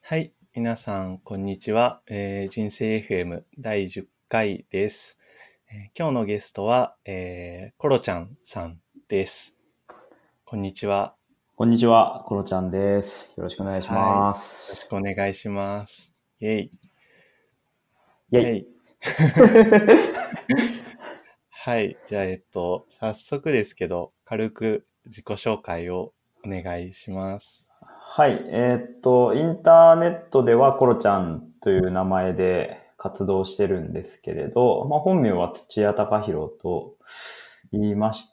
はい、皆さん、こんにちは。人生 FM 第10回です。今日のゲストは、コロちゃんさんです。こんにちは。 こんにちは、コロちゃんです。よろしくお願いしはい。よまろしす。 くお願いします。イェイ。 イェイ。 はい。はい。じゃあ、早速ですけど、軽く自己紹介をお願いします。 はい。インターネットではコロちゃんという名前で活動してるんですけれど、本名は土屋隆弘と言いまして、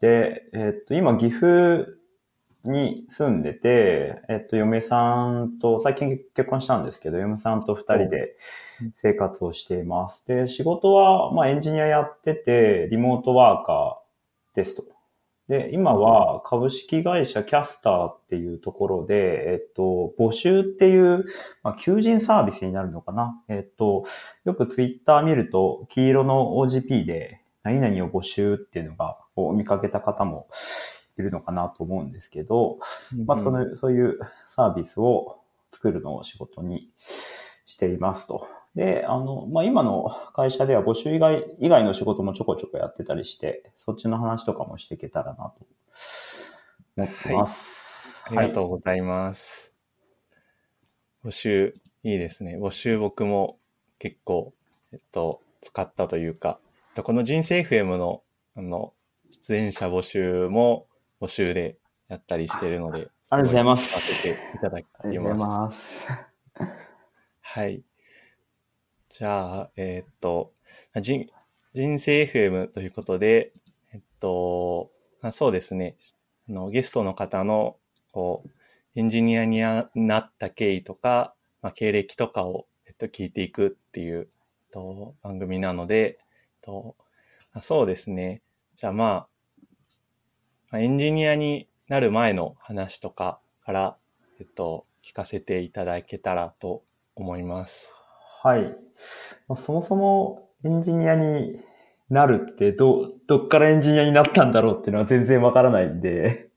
今岐阜に住んでて、嫁さんと、最近結婚したんですけど、嫁さんと二人おで生活をしています。で、仕事は、エンジニアやってて、リモートワーカーですと。で、今は株式会社キャスターっていうところで、募集っていう、求人サービスになるのかな。よくツイッター見ると、黄色の OGP で、何々を募集っていうのが、見かけた方もいるのかなと思うんですけど、そういうサービスを作るのを仕事にしていますと。で、今の会社では募集以外の仕事もちょこちょこやってたりして、そっちの話とかもしていけたらなと思ってまはい。 す。 ありがはい。 とうございます。募集、いいですね。募集僕も結構、使ったというか、この人生 FM の、出演者募集も募集でやったりしてるので、すごいありがとうございま使わせす。 ていただいありがとうございてます。 ます。 はい。じゃあ、人人生 FM ということで、そうですね。ゲストの方の、エンジニアになった経緯とか、経歴とかを、聞いていくっていう、番組なので、そうですね。じゃあエンジニアになる前の話とかから、聞かせていただけたらと思います。 はい。そもそもエンジニアになるってどっからエンジニアになったんだろうっていうのは全然わからないんで、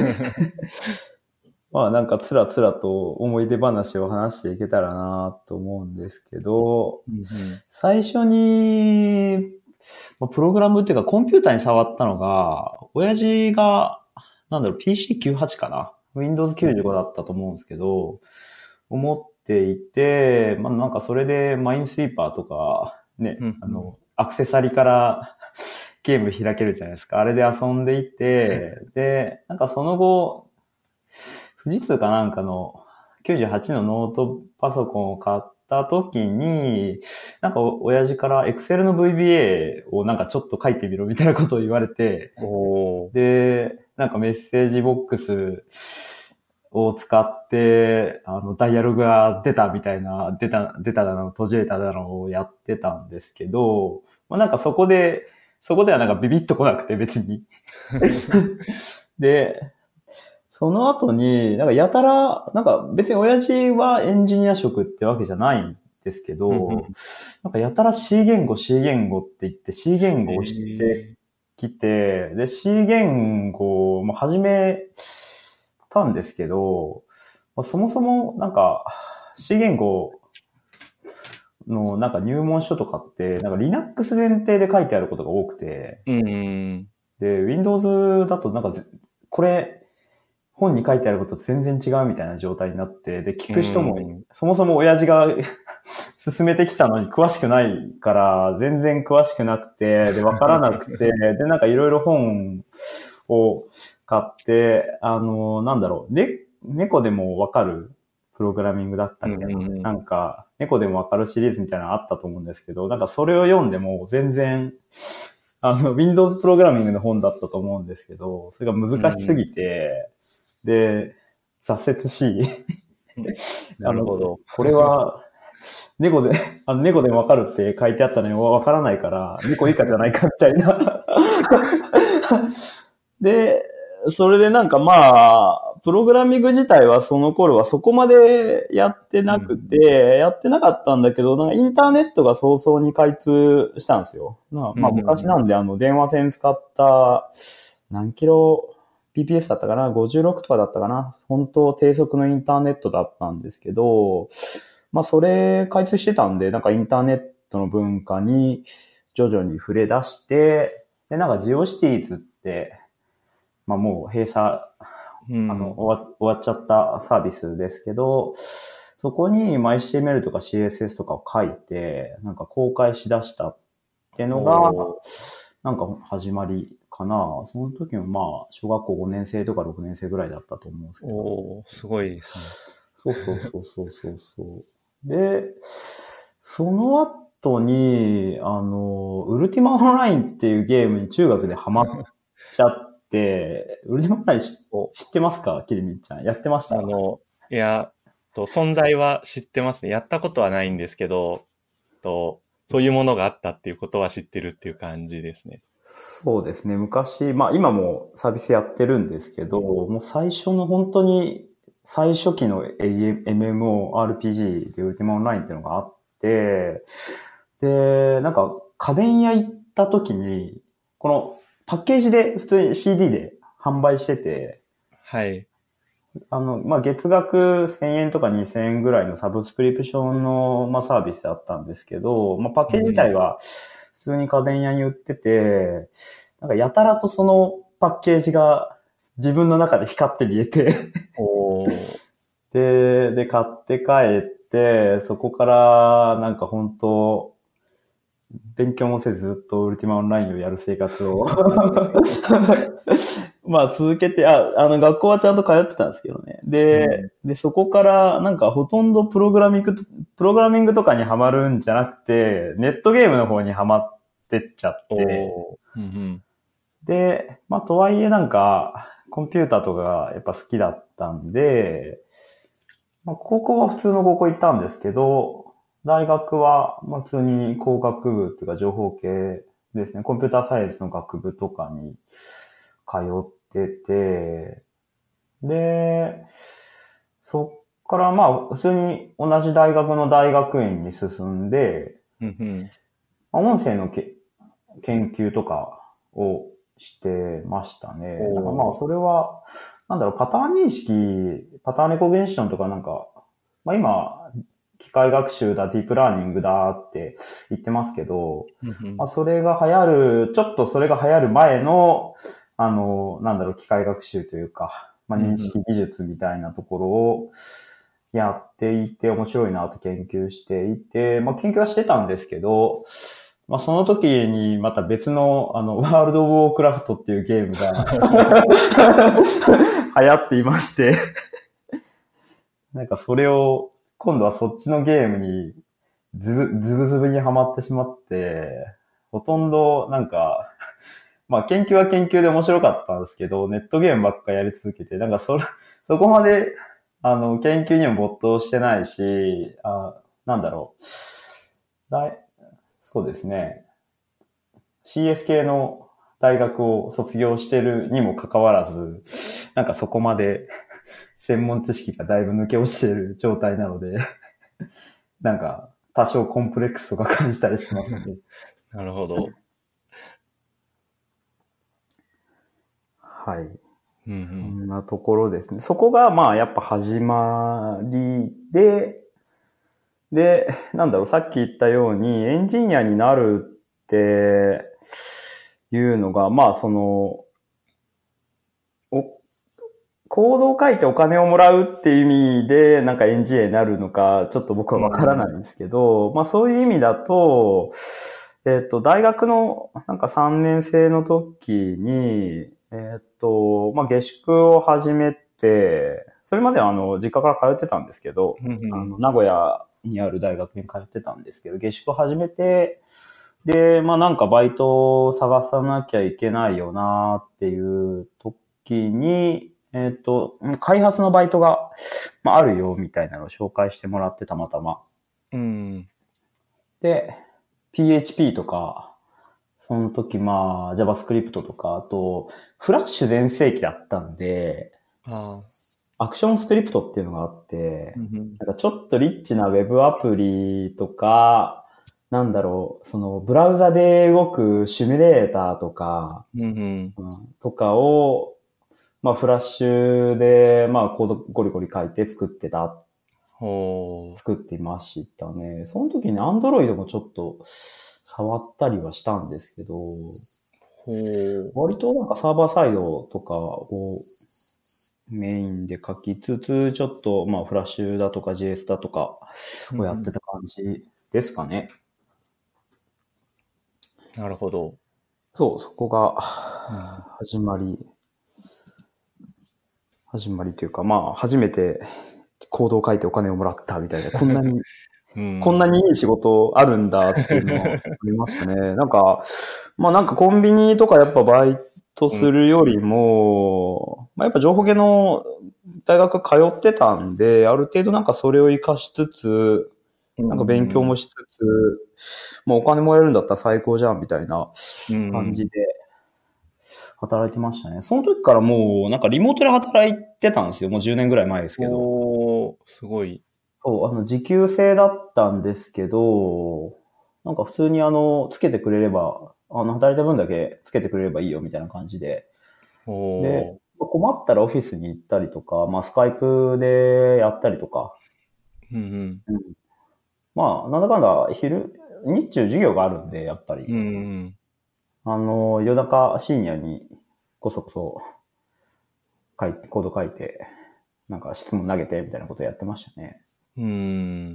なんかつらつらと思い出話を話していけたらなと思うんですけど、 うんうん。 最初に、プログラムっていうかコンピューターに触ったのが、親父が、PC98 かな ?Windows 95だったと思うんですけど、思っていて、なんかそれでマインスイーパーとか、ね、 うんうん。 アクセサリからゲーム開けるじゃないですか。あれで遊んでいて、で、なんかその後、富士通かなんかの98のノートパソコンを買った時に、なんか親父から Excel の VBA をなんかちょっと書いてみろみたいなことを言われて、 おー。 で、なんかメッセージボックスを使って、ダイアログが出たみたいな、出ただの、閉じれただのをやってたんですけど、なんかそこではなんかビビッと来なくて別に。で、その後に、なんかやたら、なんか別に親父はエンジニア職ってわけじゃないんですけど、 うんうん。 なんかやたら C 言語って言って C 言語をしてえきて、で C 言語も始めたんですけど、そもそもなんか C 言語のなんか入門書とかって、なんか Linux 前提で書いてあることが多くて、 うんうん。 で、Windows だとなんかこれ、本に書いてあることと全然違うみたいな状態になって、で、聞うく人も、 ん。 そもそも親父が進めてきたのに詳しくないから、全然詳しくなくて、で、わからなくて、で、なんかいろいろ本を買って、猫でもわかるプログラミングだったうみたいな。 んうん。 なんか、猫でもわかるシリーズみたいなのあったと思うんですけど、なんかそれを読んでも全然、Windows プログラミングの本だったと思うんですけど、それが難しすぎて、で、挫折し、 うん。なるほど。 これは、猫で、猫でもわかるって書いてあったのにわからないから、猫以下じゃないかみたいな。で、それでなんかプログラミング自体はその頃はそこまでやってなくて、 うんやってなかったんだけど、なんかインターネットが早々に開通したんですよ。 うんうん。 昔なんで電話線使った何キロ PPS だったかな ?56 とかだったかな本当低速のインターネットだったんですけど、 まあそれ開通してたんで、なんかインターネットの文化に徐々に触れ出して、で、なんかジオシティーズって、まあもう閉鎖、 うん。 終わっちゃったサービスですけど、そこに、まあ、HTML とか CSS とかを書いて、なんか公開しだしたっていうのが、 おー、 なんか始まりかな。その時もまあ、小学校5年生とか6年生ぐらいだったと思うんですけど。 おー、すごいですね。 そう。で、その後に、ウルティマオンラインっていうゲームに中学でハマっちゃって、ウルティマオンラインお、 知ってますかキリミンちゃん。やってました？ いや、存在は知ってますね。やったことはないんですけど、そういうものがあったっていうことは知ってるっていう感じですね。 そうですね。昔、まあ今もサービスやってるんですけど、もう最初の本当に最初期の MMORPG でウルティマオンラインっていうのがあって、で、なんか家電屋行った時に、このパッケージで普通に CD で販売してて、 はい。 まあ、月額1000円とか2000円ぐらいのサブスクリプションの、まあ、サービスだったんですけど、まあ、パッケージ自うん。 体は普通に家電屋に売ってて、なんかやたらとそのパッケージが自分の中で光って見えておー、 で、買って帰って、そこからなんか本当勉強もせずずっとウルティマオンラインをやる生活をまあ続けて、学校はちゃんと通ってたんですけどね。 うん。 で、そこからなんかほとんどプログラミングとかにはまるんじゃなくて、ネットゲームの方にはまってっちゃって、 おー、うんうん。 で、まあとはいえなんか、コンピューターとかがやっぱ好きだったんで、まあ高校は普通の高校行ったんですけど、大学はまあ普通に工学部っていうか情報系ですね、コンピューターサイエンスの学部とかに通ってて、で、そっからまあ普通に同じ大学の大学院に進んで、 うんうん。 まあ音声の研究とかをしてましたね。なんかまあおー、 それは、なんだろう、パターン認識、パターンレコグニッションとかなんか、まあ今、機械学習だ、ディープラーニングだって言ってますけど、 うんうん。 まあそれが流行る、ちょっとそれが流行る前の、なんだろう、機械学習というか、まあうんうん。 認識技術みたいなところをやっていて面白いなと研究していて、まあ研究はしてたんですけど、まあその時にまた別のワールドウォークラフトっていうゲームが流行っていましてなんかそれを、今度はそっちのゲームにズブズブにはまってしまって、ほとんどなんか、まあ研究は研究で面白かったんですけど、ネットゲームばっかやり続けて、なんかそこまで、研究にも没頭してないし、なんだろう。そうですね。CS 系の大学を卒業してるにもかかわらず、なんかそこまで専門知識がだいぶ抜け落ちてる状態なので、なんか多少コンプレックスとか感じたりしますね。 なるほど。 はい。 うんうん。 そんなところですね。そこがまあやっぱ始まりで、なんだろう、さっき言ったようにエンジニアになるっていうのが、まあその、おコードを書いてお金をもらうっていう意味で、なんかエンジニアになるのか、ちょっと僕はわからないんですけど、まあそういう意味だと、大学のなんか3年生の時に、まあ下宿を始めて、それまでは実家から通ってたんですけど、 うんうん。 名古屋にある大学に通ってたんですけど、下宿を始めて、で、まあなんかバイトを探さなきゃいけないよなっていう時に、開発のバイトが、まあ、あるよみたいなのを紹介してもらってたまたま。 うん。 で、PHP とか、その時まあ JavaScript とか、あと、フラッシュ全盛期だったんで、 ああ。 アクションスクリプトっていうのがあって、 うんうん。 なんかちょっとリッチなウェブアプリとか、なんだろう、そのブラウザで動くシミュレーターとか、 うんうん。 とかを、まあフラッシュで、まあコードゴリゴリ書いて作ってたっほ作っていましたね。その時に Android もちょっと触ったりはしたんですけど、 う。ほう。 割となんかサーバーサイドとかをメインで書きつつ、ちょっとまあフラッシュだとか JS だとかうんうん。 をやってた感じですかね。 なるほど。 そう、そこがうん。 始まりというか、まあ初めてコードを書いてお金をもらったみたいな、こんなにうん。 こんなにいい仕事あるんだっていうのはありましたね。なんか、まあなんかコンビニとかやっぱバイトうん。 するよりも、まあやっぱ情報系の大学通ってたんで、ある程度なんかそれを活かしつつ、 うなんか勉強もん。 しつつ、もうお金もらえるんだったら最高じゃんみたいなうん。 感じで働いてましたね。その時からもうなんかリモートで働いてたんですよ。もう10年ぐらい前ですけど。 おー、すごい。 そう、時給制だったんですけど、なんか普通につけてくれれば、働いた分だけつけてくれればいいよみたいな感じで。で、 おー。 困ったらオフィスに行ったりとか、まあスカイプでやったりとか。 うん。 うん、まあ、なんだかんだ日中授業があるんで、やっぱり。 うん。 夜中深夜にこそこそコード書いて、なんか質問投げてみたいなことやってましたね。 うん。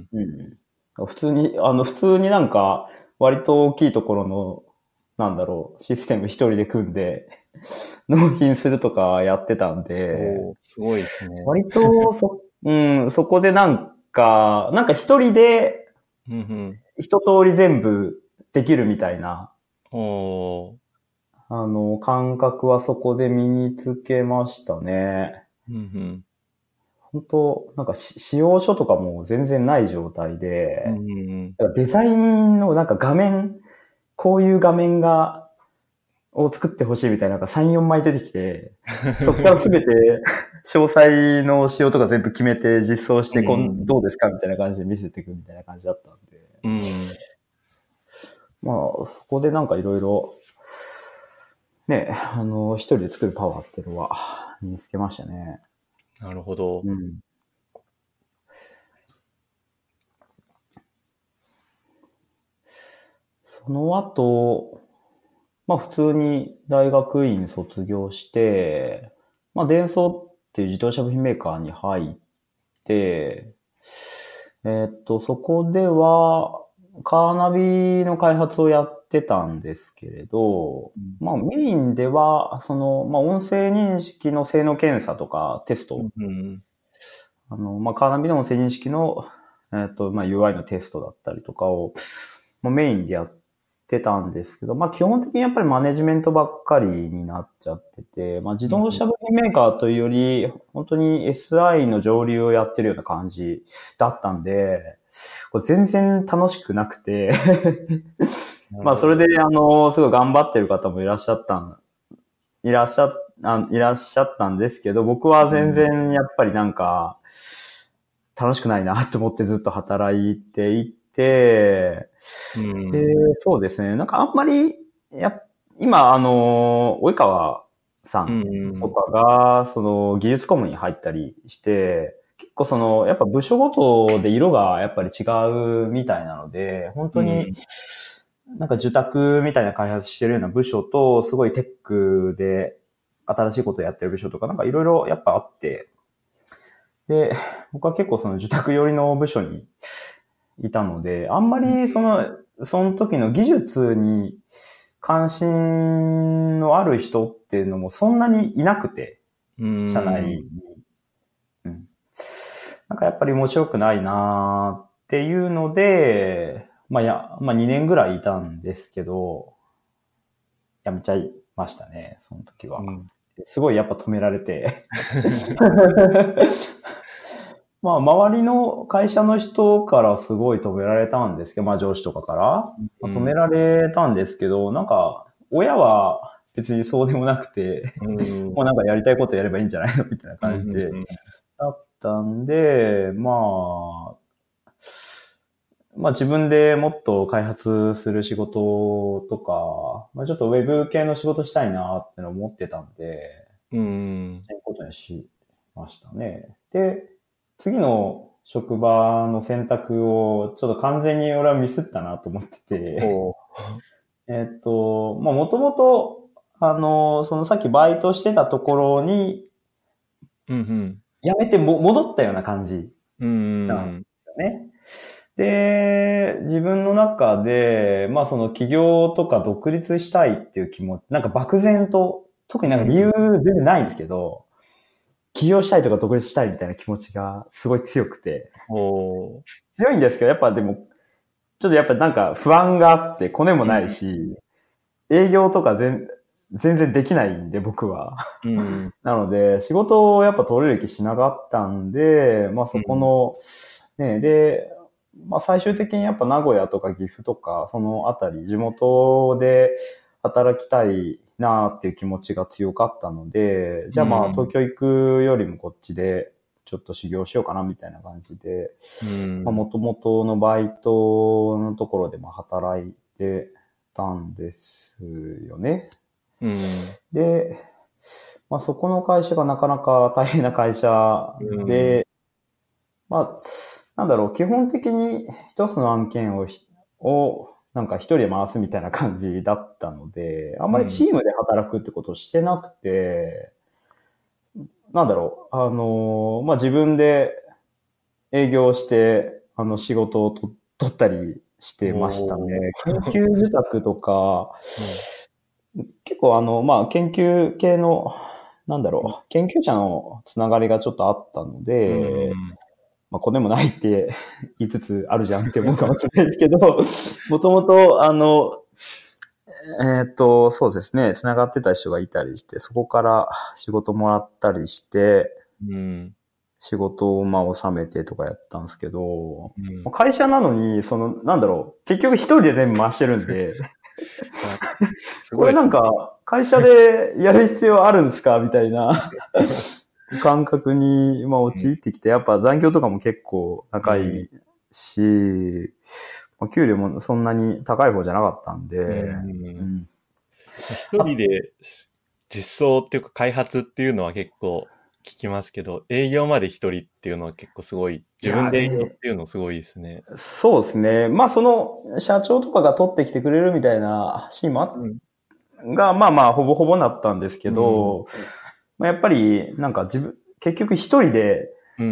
うん。普通になんか、割と大きいところの、なんだろう、システム一人で組んで、納品するとかやってたんで、 おー、すごいですね。 割とそこでなんか一人でうん。 一通り全部できるみたいな、 おー。 感覚はそこで身につけましたね。 うん。 本当なんか使用書とかも全然ない状態うで、 ん。 だからデザインのなんかこういう画面を作ってほしいみたいなのが3、4枚出てきて、そこからすべて詳細の仕様とか全部決めて実装しうて、 ん。 どうですかみたいな感じで見せていくみたいな感じだったんで。 うん。 まあ、そこでなんかいろいろ、ね、一人で作るパワーっていうのは身につけましたね。 なるほど。 うん。その後、まあ普通に大学院卒業して、まあデンソーっていう自動車部品メーカーに入って、そこでは、カーナビの開発をやってたんですけれど、 うん。 まあメインでは、まあ音声認識の性能検査とかテスト、 うん。 まあカーナビの音声認識の、まあ UI のテストだったりとかを、まあ、メインでやってたんですけど、まあ基本的にやっぱりマネジメントばっかりになっちゃってて、まあ自うん。 動車部品メーカーというより、本当に SI の上流をやってるような感じだったんで、これ全然楽しくなくてまあそれでなるほど。 すごい頑張ってる方もいらっしゃったんですけど、僕は全うん。 然やっぱりなんか楽しくないなと思ってずっと働いていて、 うで、 ん。 そうですね。なんかあんまり、今、及川さうんとん。 かが、技術コムに入ったりして、結構やっぱ部署ごとで色がやっぱり違うみたいなので、本当にうん。 なんか受託みたいな開発してるような部署と、すごいテックで新しいことをやってる部署とか、なんかいろいろやっぱあって、で、僕は結構受託寄りの部署にいたので、あんまりその時の技術に関心のある人っていうのもそんなにいなくて、 う社内に。 ん。 うん。なんかやっぱり面白くないなっていうので、まあ2年ぐらいいたんですけど、やめちゃいましたね、その時は。 うん。 すごいやっぱ止められてまあ、周りの会社の人からすごい止められたんですけど、まあ上司とかから。まあ、止められたんですけど、なんか、親は別にそうでもなくて、 うん。 もうなんかやりたいことやればいいんじゃないのみたいなうん。 感じで、 うん。 だったんで、まあ自分でもっと開発する仕事とか、まあちょっとウェブ系の仕事したいなっての思ってたんで、 うん。 そういうことにしましたね。で、次の職場の選択をちょっと完全に俺はミスったなと思ってて、 おー。 まあもともと、そのさっきバイトしてたところにうんうん。 辞めて戻ったような感じうなんん。 だよね。で、自分の中で、まあその起業とか独立したいっていう気持ち、なんか漠然と、特になんか理由全然ないんですけど、起業したいとか独立したいみたいな気持ちがすごい強くて、 おー。 強いんですけど、やっぱでも、ちょっとやっぱなんか不安があって、コネもうんないし、営業とか全然できないんで、僕は。 うん。 なので、仕事をやっぱ取れる気しなかったんで、まあそこうん。 の、ね、で、まあ最終的にやっぱ名古屋とか岐阜とか、そのあたり、地元で働きたいなっていう気持ちが強かったので、じゃあまあ東京行くよりもこっちでちょっと修行しようかなみたいな感じで、 うん。 元々のバイトのところでも働いてたんですよね。 うん。 で、まあそこの会社がなかなか大変な会社うん。 で、まあ、なんだろう、基本的に一つの案件をなんか一人で回すみたいな感じだったので、あんまりチームで働くってことをしてなくて、なんだろう、まあ自分で営業して、仕事を取ったりしてましたね。 おー。 研究受託とか、 うん。 結構まあ研究系の、なんだろう、研究者のつながりがちょっとあったのうで、 ん。 まあ、コネもないって言いつつあるじゃんって思うかもしれないですけど、もともと、そうですね、繋がってた人がいたりして、そこから仕事もらったりして、 うん。 仕事をまあ収めてとかやったんですけど、 うん。 会社なのに、なんだろう、結局一人で全部回してるんで、 あ、すこれなんごいですね。 か、会社でやる必要あるんですかみたいな感覚に、まあ、 うん。 陥ってきて、やっぱ残業とかも結構高うん。 いし、まあ、給料もそんなに高い方じゃなかったんで、 ううん。 ん。 一人で実装っていうか開発っていうのは結構聞きますけど、営業まで一人っていうのは結構すごい、 いや自分で営業っていうのすごいですね。 そうですね。まあ、社長とかが取ってきてくれるみたいなシーンもうん。 が、まあまあ、ほぼほぼなったんですけうん。 ど、まあ、やっぱり、なんか結局一人で、 うん。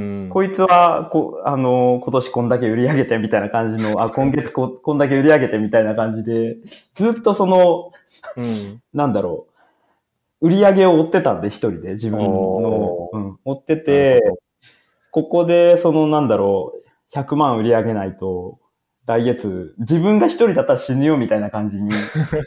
こいつは、今年こんだけ売り上げてみたいな感じの、今月こんだけ売り上げてみたいな感じで、ずっとうん。 なんだろ売り上げを追ってたんで、一人で自分の、 おー、 追ってて、 なるほど。 ここで、100万売り上げないと、来月、自分が一人だったら死ぬよみたいな感じに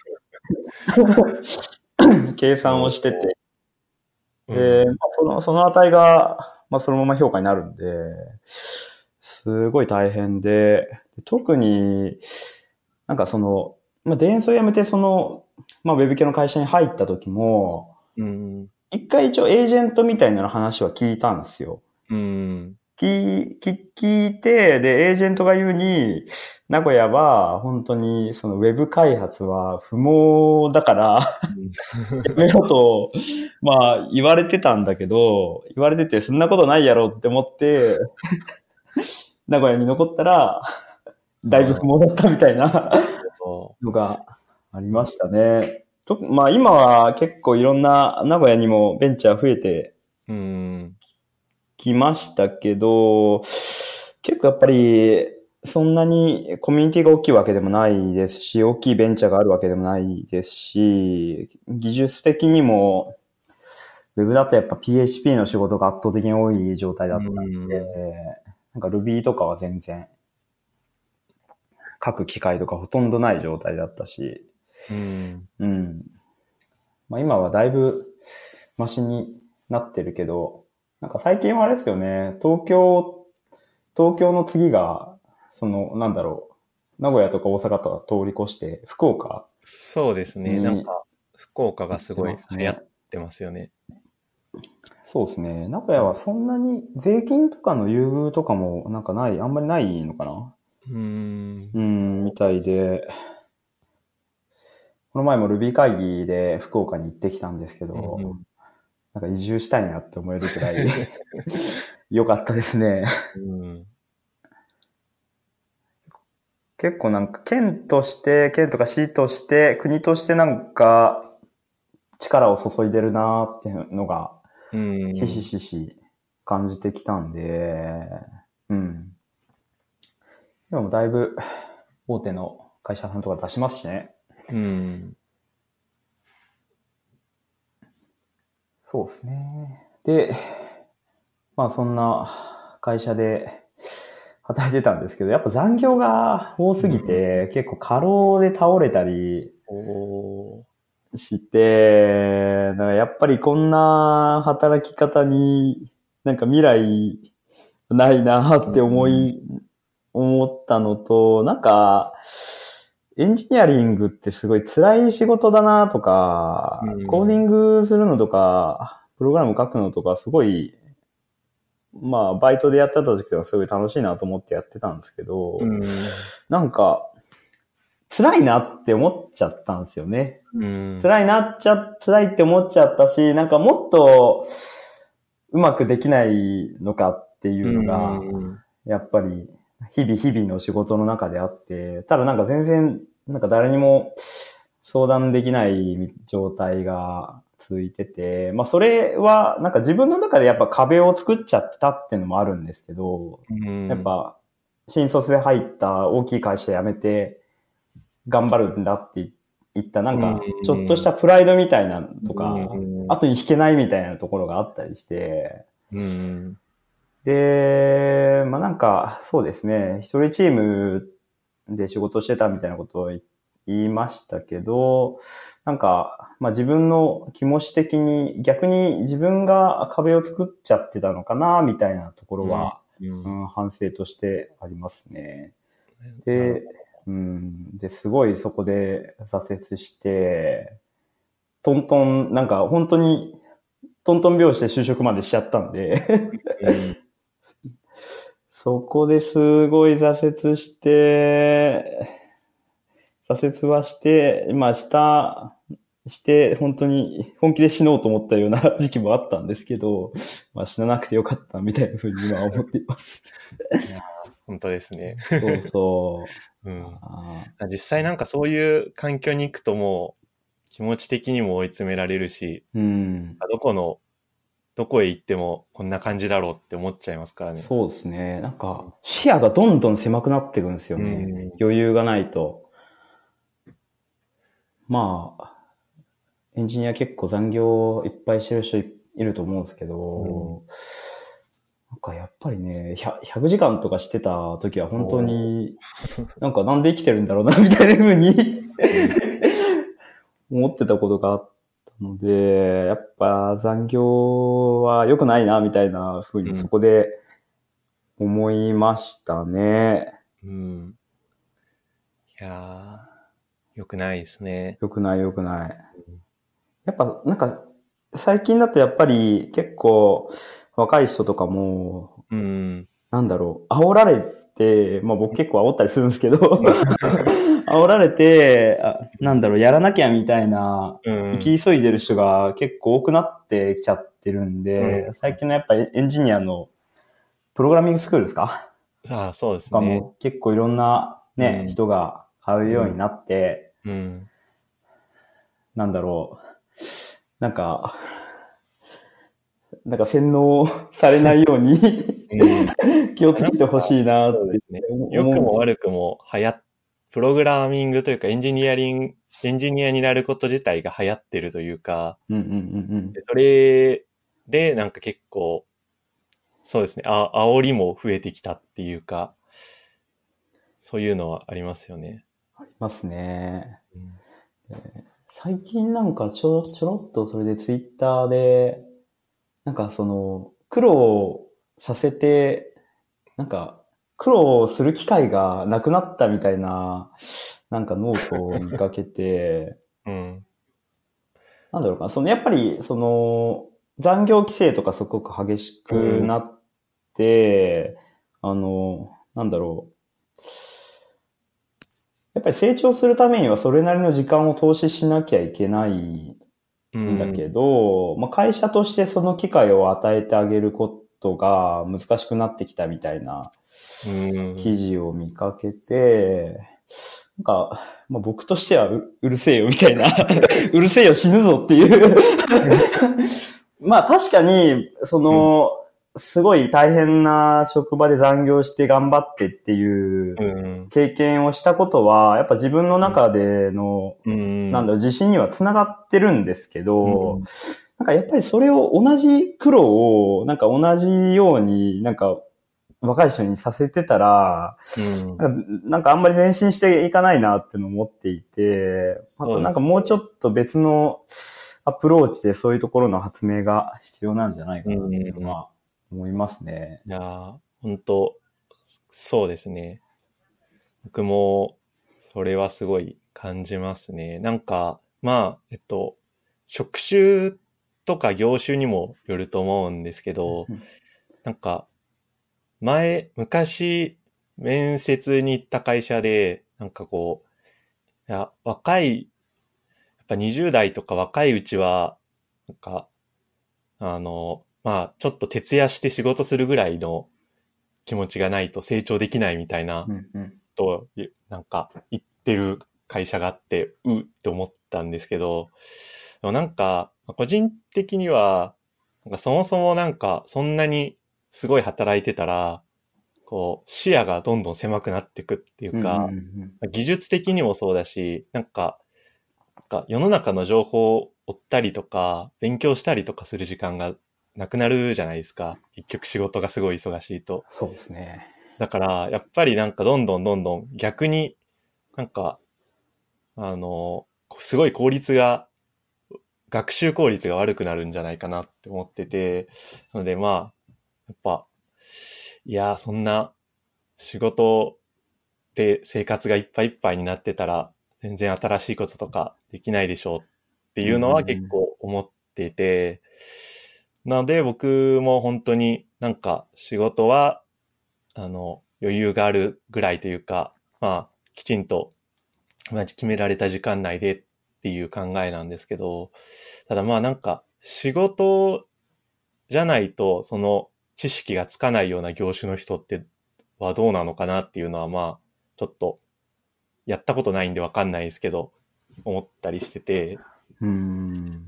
計算をしておー、 て、で、まうん。 あ、その値が、まあ、そのまま評価になるんで、すごい大変で、特になんかまあ、電装辞めてまあ、ウェブ系の会社に入った時も、 うん。 一回一応エージェントみたいな話は聞いたんですよ。 うん。 聞いて、で、エージェントが言うに、名古屋は本当にそのウェブ開発は不毛だからうん。 やめろと、まあ言われてたんだけど、言われててそんなことないやろって思って、名古屋に残ったら、だいぶ不毛だったみたいなおのがありー、 ましたね。まあ今は結構いろんな名古屋にもベンチャー増えてうん。 きましたけど、結構やっぱりそんなにコミュニティが大きいわけでもないですし、大きいベンチャーがあるわけでもないですし、技術的にもウェブだとやっぱ PHP の仕事が圧倒的に多い状態だうったんん。 で、なんか Ruby とかは全然書く機会とかほとんどない状態だったし、 うん。 うん。まあ今はだいぶマシになってるけど、なんか最近はあれですよね、東京の次が、なんだろ名古屋とか大阪とか通り越して、福岡そうですね。なんにか、福岡がす行ってごい流行っますね。 てますよね。 そうですね。名古屋はそんなに税金とかの優遇とかもなんかあんまりないのかなうーん。 みたいで、この前もルビー会議で福岡に行ってきたんですけど、 うん。 なんか移住したいなって思えるくらい良かったですね。 うん。 結構なんか県とか市として、国としてなんか力を注いでるなーっていうのが、ひしひし感じてきたんで、うん。でもだいぶ大手の会社さんとか出しますしね。 うん。 そうですね。で、まあそんな会社で働いてたんですけど、やっぱ残業が多すぎて、結構過労で倒れたりして、だからやっぱりこんな働き方になんか未来ないなって思ったのと、なんか、エンジニアリングってすごい辛い仕事だなとか、コーディングするのとか、プログラム書くのとかすごい、まあ、バイトでやってた時はすごい楽しいなと思ってやってたんですけど、なんか、辛いなって思っちゃったんですよね。辛いって思っちゃったし、なんかもっとうまくできないのかっていうのが、やっぱり日々の仕事の中であって、ただなんか全然、なんか誰にも相談できない状態が続いてて、まあそれはなんか自分の中でやっぱ壁を作っちゃってたっていうのもあるんですけど、やっぱ新卒で入った大きい会社辞めて頑張るんだって言ったなんかちょっとしたプライドみたいなとか、後に引けないみたいなところがあったりして、で、まあなんかそうですね、一人チームで仕事してたみたいなことを言いましたけど、なんか、まあ自分の気持ち的に逆に自分が壁を作っちゃってたのかな、みたいなところは、反省としてありますね。で、すごいそこで挫折して、なんか本当にトントン拍子で就職までしちゃったんでそこですごい挫折して、まあ本当に本気で死のうと思ったような時期もあったんですけど、まあ死ななくてよかったみたいなふうに今は思っています。 いや本当ですね。 そうそう。 実際なんかそういう環境に行くともう気持ち的にも追い詰められるし、どこへ行ってもこんな感じだろうって思っちゃいますからね。 そうですね。なんか視野がどんどん狭くなっていくんですよね。余裕がないと。まあ、エンジニア結構残業いっぱいしてる人いると思うんですけど、なんかやっぱりね、100時間とかしてた時は本当に、なんかなんで生きてるんだろうな、みたいな風に思ってたことがあったので、やっぱ残業は良くないな、みたいな風にそこで思いましたね。 いやー、良くないですね。 良くない。やっぱなんか最近だとやっぱり結構若い人とかも、なんだろう、煽られて、まあ僕結構煽ったりするんですけど、煽られて、なんだろう、やらなきゃみたいな、生き急いでる人が結構多くなってきちゃってるんで、最近のやっぱエンジニアのプログラミングスクールですか？ そうですね。 も結構いろんなね、人が通うようになって、なんだろう、なんか洗脳されないように気をつけてほしいなって思うんですね。 良くも悪くもプログラミングというかエンジニアになること自体が流行ってるというか、それでなんか結構、そうですね、煽りも増えてきたっていうか、そういうのはありますよね。 ありますね。最近なんかちょろっとそれでツイッターで、なんか苦労させて、なんか苦労する機会がなくなったみたいな、なんかノートを見かけて、なんだろうかな、やっぱり残業規制とかすごく激しくなって、なんだろう。やっぱり成長するためにはそれなりの時間を投資しなきゃいけないんだけど、まあ、会社としてその機会を与えてあげることが難しくなってきたみたいな記事を見かけて、 なんか、まあ、僕としてはうるせえよみたいな、うるせえよ死ぬぞっていうまあ確かに、 うん。 すごい大変な職場で残業して頑張ってっていううん。 経験をしたことは、やっぱ自分のうん。 中での、 うん。 なんだろう、自信にはつながってるんですけど、 うん。 なんかやっぱりそれを同じ苦労を、なんか同じように、なんか若い人にさせてたら、 うん。 なんかあんまり前進していかないなってのを思っていて、あとそうなんかですね。 もうちょっと別のアプローチでそういうところの発明が必要なんじゃないかうなっていうのん。 は思いますね。 いやー、本当そうですね。僕も、それはすごい感じますね。なんか、まあ、職種とか業種にもよると思うんですけど、なんか、昔、面接に行った会社で、なんかこう、いや、やっぱ20代とか若いうちは、なんか、まあ、ちょっと徹夜して仕事するぐらいの気持ちがないと成長できないみたいなうんうん。 と、なんか言ってる会社があって、って思ったんですけど、でもなんか、個人的には、なんかそもそもなんか、そんなにすごい働いてたら、こう、視野がどんどん狭くなっていくっていううんうんうか、 ん技術的にもそうだし、なんか世の中の情報を追ったりとか、勉強したりとかする時間がなくなるじゃないですか。結局仕事がすごい忙しいと。 そうですね。 だから、やっぱりなんかどんどん逆になんか、すごい学習効率が悪くなるんじゃないかなって思ってて、なのでまあ、やっぱ、いやー、そんな仕事で生活がいっぱいいっぱいになってたら、全然新しいこととかできないでしょうってうんうんいうのは結構思ってて、なので僕も本当になんか仕事は、余裕があるぐらいというか、まあ、きちんと決められた時間内でっていう考えなんですけど、ただまあなんか仕事じゃないとその知識がつかないような業種の人ってはどうなのかなっていうのはまあちょっとやったことないんでわかんないですけど思ったりしてて、 うん。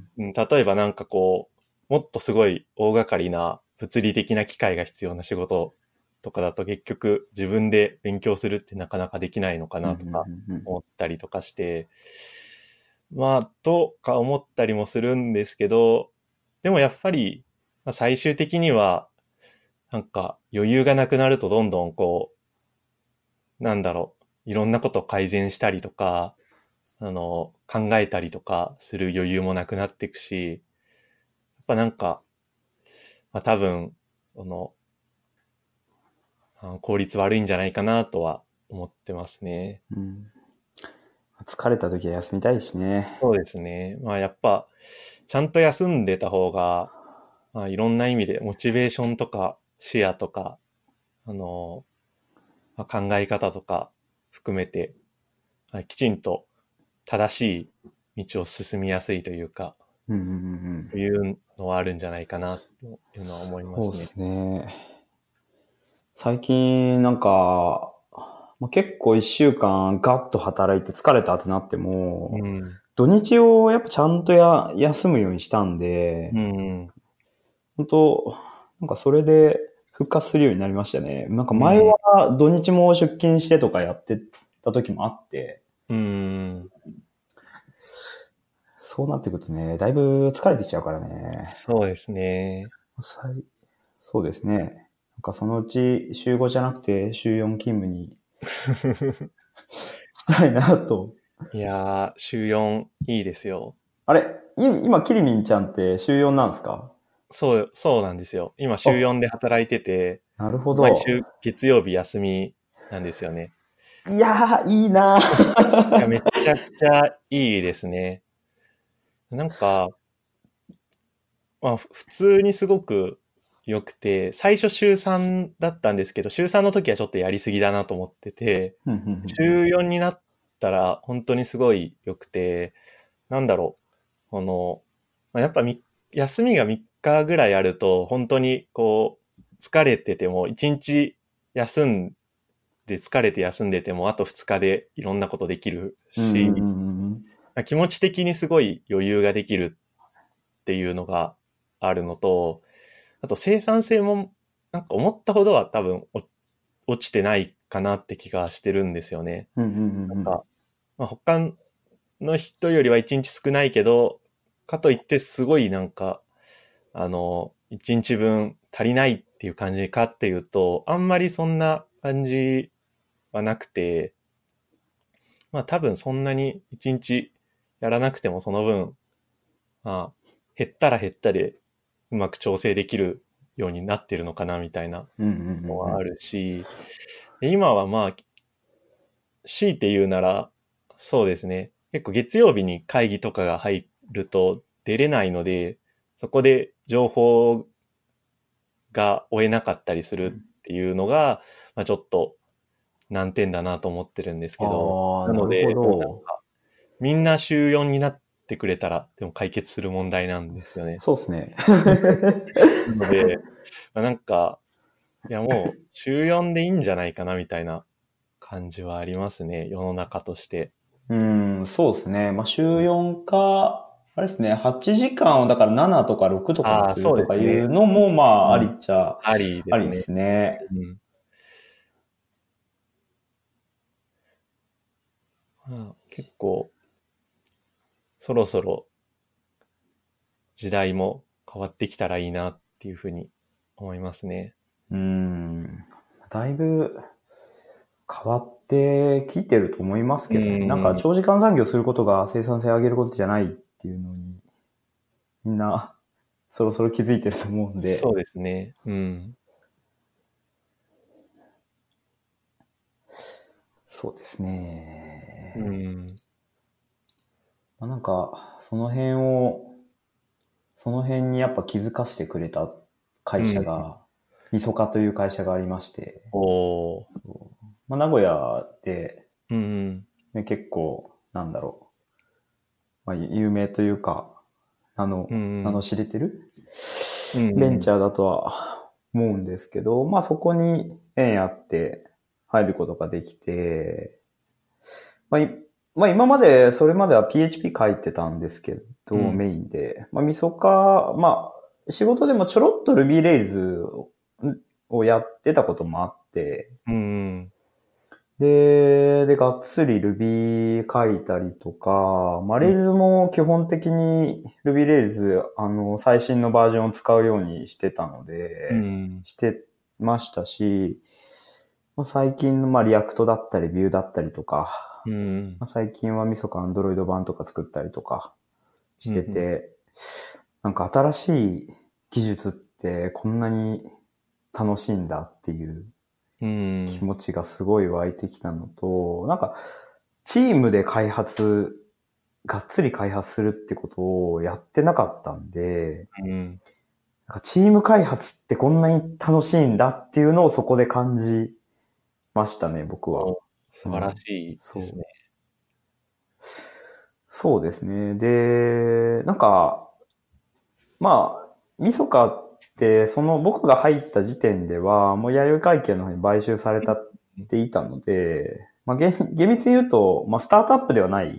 例えばなんかこうもっとすごい大掛かりな物理的な機械が必要な仕事とかだと結局自分で勉強するってなかなかできないのかうんうなとかんうん思ったりとかして、まあ、とか思ったりもするんですけど、でもやっぱり、まあ、最終的には、なんか余裕がなくなるとどんどんこう、なんだろう、いろんなことを改善したりとか、考えたりとかする余裕もなくなっていくし、やっぱなんか、まあ多分、この、効率悪いんじゃないかなとは思ってますね。 うん。疲れた時は休みたいしね。 そうですね。まあやっぱ、ちゃんと休んでた方が、まあいろんな意味でモチベーションとか視野とか、あの、まあ、考え方とか含めて、まあきちんと正しい道を進みやすいというか、 うんうんうんうん。 いうのはあるんじゃないかなというのは思いますね。 そうですね。最近なんか、まあ、結構一週間ガッと働いて疲れたってなっても、 うん。 土日をやっぱちゃんと休むようにしたんで、 うん。 本当なんかそれで復活するようになりましたね。なんか前うん。 は土日も出勤してとかやってた時もあって、 うん。 そうなってくるとね、だいぶ疲れてきちゃうからね。 そうですね。 そうですね。なんかそのうち週5じゃなくて週4勤務にしたいなと。 いやー、週4いいですよ。 あれ今、キリミンちゃんって週4なんですか？ そうなんですよ。今週あ、 4で働いてて、 なるほ毎ど。 週月曜日休みなんですよね。 いやー、いいないや、めー。 ちゃくちゃいいですね。なんか、まあ、普通にすごく良くて、最初週3だったんですけど、週3の時はちょっとやりすぎだなと思ってて、 うんうんうんうん。 週4になったら本当にすごい良くて、なんだろう、まあやっぱ休みが3日ぐらいあると、本当にこう、疲れてても1日休んで疲れて休んでてもあと2日でいろんなことできるし、気持ち的にすごい余裕ができるっていうのがあるのと、あと生産性もなんか思ったほどは多分落ちてないかなって気がしてるんですよね。なんか、他の人よりは1日少ないけど、かといってすごいなんか、1日分足りないっていう感じかっていうと、あんまりそんな感じはなくて、まあ多分そんなに1日やらなくてもその分、まあ減ったら減ったでうまく調整できるようになってるのかなみたいなのはあるし、今はまあ、強いて言うなら、そうですね。結構月曜日に会議とかが入ると出れないので、そこで情報が追えなかったりするっていうのが、まあ、ちょっと難点だなと思ってるんですけど、なので、もうなんか、みんな週4になってくれたら、でも解決する問題なんですよね。 そうですね。 なので、まあ、なんか、いやもう週4でいいんじゃないかなみたいな感じはありますね、世の中として。 そうですね。まあ、週4か、あれですね、8時間をだから7とか6とかにするとかいうのも、まあ、ありっちゃ、 ありですね。 ありですね。 まあ、結構、そろそろ時代も変わってきたらいいなっていうふうに思いますね。 だいぶ変わってきてると思いますけどね。なんか長時間残業することが生産性を上げることじゃないっていうのに、みんなそろそろ気づいてると思うんで。 そうですね。 そうですね。まあ、なんか、その辺にやっぱ気づかせてくれた会社が、みそかという会社がありまして、まあ、名古屋で、結構、なんだろう、まあ、有名というか、名の知れてる、ベンチャーだとは思うんですけど、まあそこに縁あって入ることができて、まあ今まで、それまでは PHP 書いてたんですけど、メインで。まあみそか、まあ仕事でもちょろっと Ruby Rails をやってたこともあって、で、がっつり Ruby 書いたりとか、まあ Rails も基本的に Ruby Rails、最新のバージョンを使うようにしてたので、してましたし、最近のまあリアクトだったり、ビューだったりとか、最近はみそか Android 版とか作ったりとかしてて、なんか新しい技術ってこんなに楽しいんだっていう気持ちがすごい湧いてきたのと、なんかチームでがっつり開発するってことをやってなかったんで、なんかチーム開発ってこんなに楽しいんだっていうのをそこで感じましたね、僕は。 素晴らしいですね。 そうですね。で、なんか、まあ、みそかって、僕が入った時点では、もう弥生会計の方に買収されていたので、まあ、厳密に言うと、まあ、スタートアップではない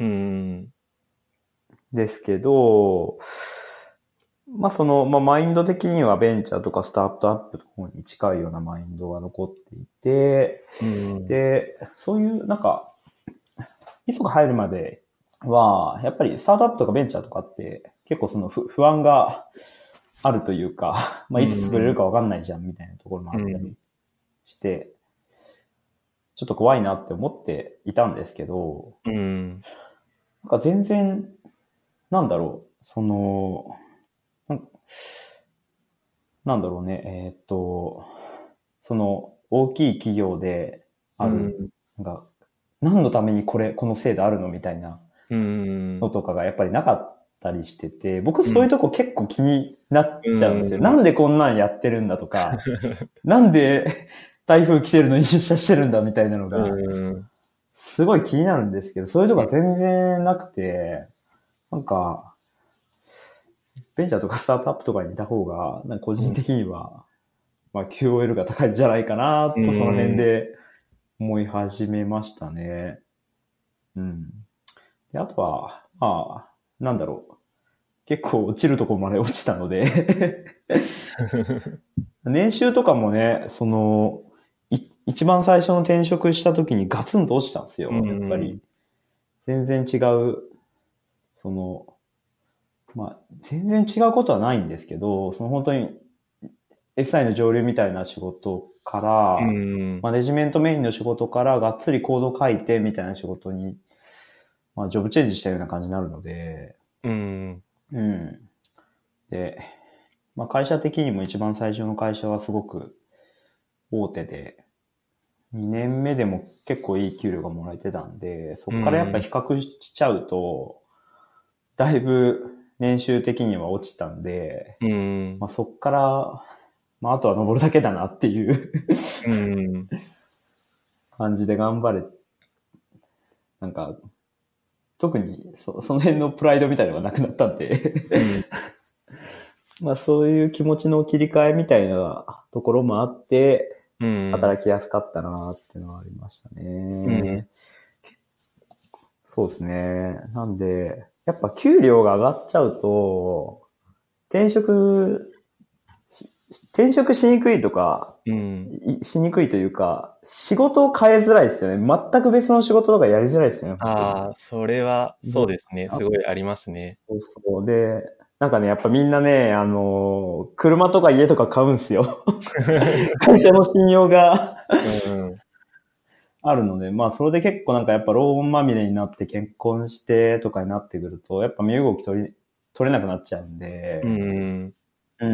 ですけど、まあまあマインド的にはベンチャーとかスタートアップの方に近いようなマインドが残っていて、で、そういうなんか、みそが入るまでは、やっぱりスタートアップとかベンチャーとかって結構不安があるというか、まあいつ潰れるかわかんないじゃんみたいなところもあったりして、ちょっと怖いなって思っていたんですけど、なんか全然、なんだろう、なんだろうね、大きい企業である、なんか、何のためにこの制度あるのみたいなのとかがやっぱりなかったりしてて、僕そういうとこ結構気になっちゃうんですよ。なんでこんなんやってるんだとか、なんで台風来てるのに出社してるんだみたいなのが、すごい気になるんですけど、そういうとこは全然なくて、なんか、ベンチャーとかスタートアップとかにいた方が、なんか個人的には、まあ QOL が高いんじゃないかなと、その辺で思い始めましたね。うん。で、あとは、まあ、なんだろう。結構落ちるところまで落ちたので年収とかもね、一番最初の転職した時にガツンと落ちたんですうよ。やっぱり。 ん。 全然違う、まあ、全然違うことはないんですけど、本当に SI の上流みたいな仕事かうら、 ん。 マネジメントメインの仕事からがっつりコード書いてみたいな仕事に、まあ、ジョブチェンジしたような感じになるので、 うん。 うん。で、まあ、会社的にも一番最初の会社はすごく大手で、2年目でも結構いい給料がもらえてたんで、そこからやっぱ比較しちゃうと、だいぶ年収的には落ちたんで、 うん。 まあ、そこから、まあ、あとは登るだけだなっていううん。 感じで頑張れ。なんか、特にその辺のプライドみたいなのがなくなったんでうん。 まあそういう気持ちの切り替えみたいなところもあって、 うん。 働きやすかったなっていうのはありましたうん。 ね。そうですね。なんで、やっぱ給料が上がっちゃうと、転職転職しにくいとか、 うん。 しにくいというか、仕事を変えづらいですよね。全く別の仕事とかやりづらいですよね、本当に。 ああ、それは、そうですね。 あ、 すごいありますね。 そうそう。で、なんかね、やっぱみんなね、車とか家とか買うんですよ。会社の信用がうん。 あるので、まあそれで結構なんかやっぱローンまみれになって結婚してとかになってくると、やっぱ身動き取れなくなっちゃうんうで、 ん。 うん。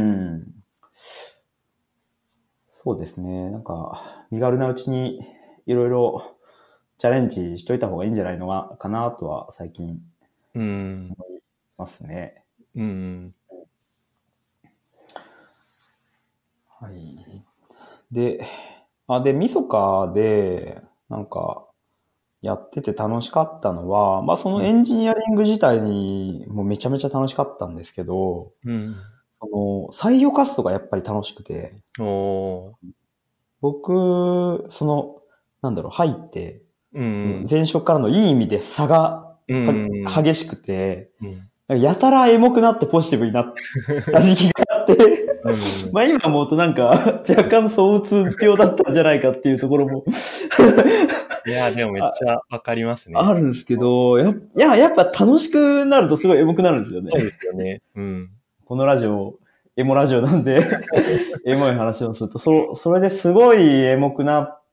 そうですね。なんか、身軽なうちにいろいろチャレンジしといた方がいいんじゃないのかなとは最近うん。 思いますね。 うん。 はい。で、みそかで、なんか、やってて楽しかったのは、まあそのエンジニアリング自体にもめちゃめちゃ楽しかったんですけど、 うん。 採用活動がやっぱり楽しくて、 おー。 僕、なんだろう、入って、 うん。 前職からのいい意味で差がうん。 激しくて、 うん。 やたらエモくなってポジティブになった時期があってうん。 まあ今思うとなんか若干躁うつ病だったんじゃないかっていうところもいや、でもめっちゃわかりますね。 あるんですけど、やっぱ楽しくなるとすごいエモくなるんですよね。 そうですよね。うん。 このラジオ、エモラジオなんでエモい話をすると、それですごいエモくなって、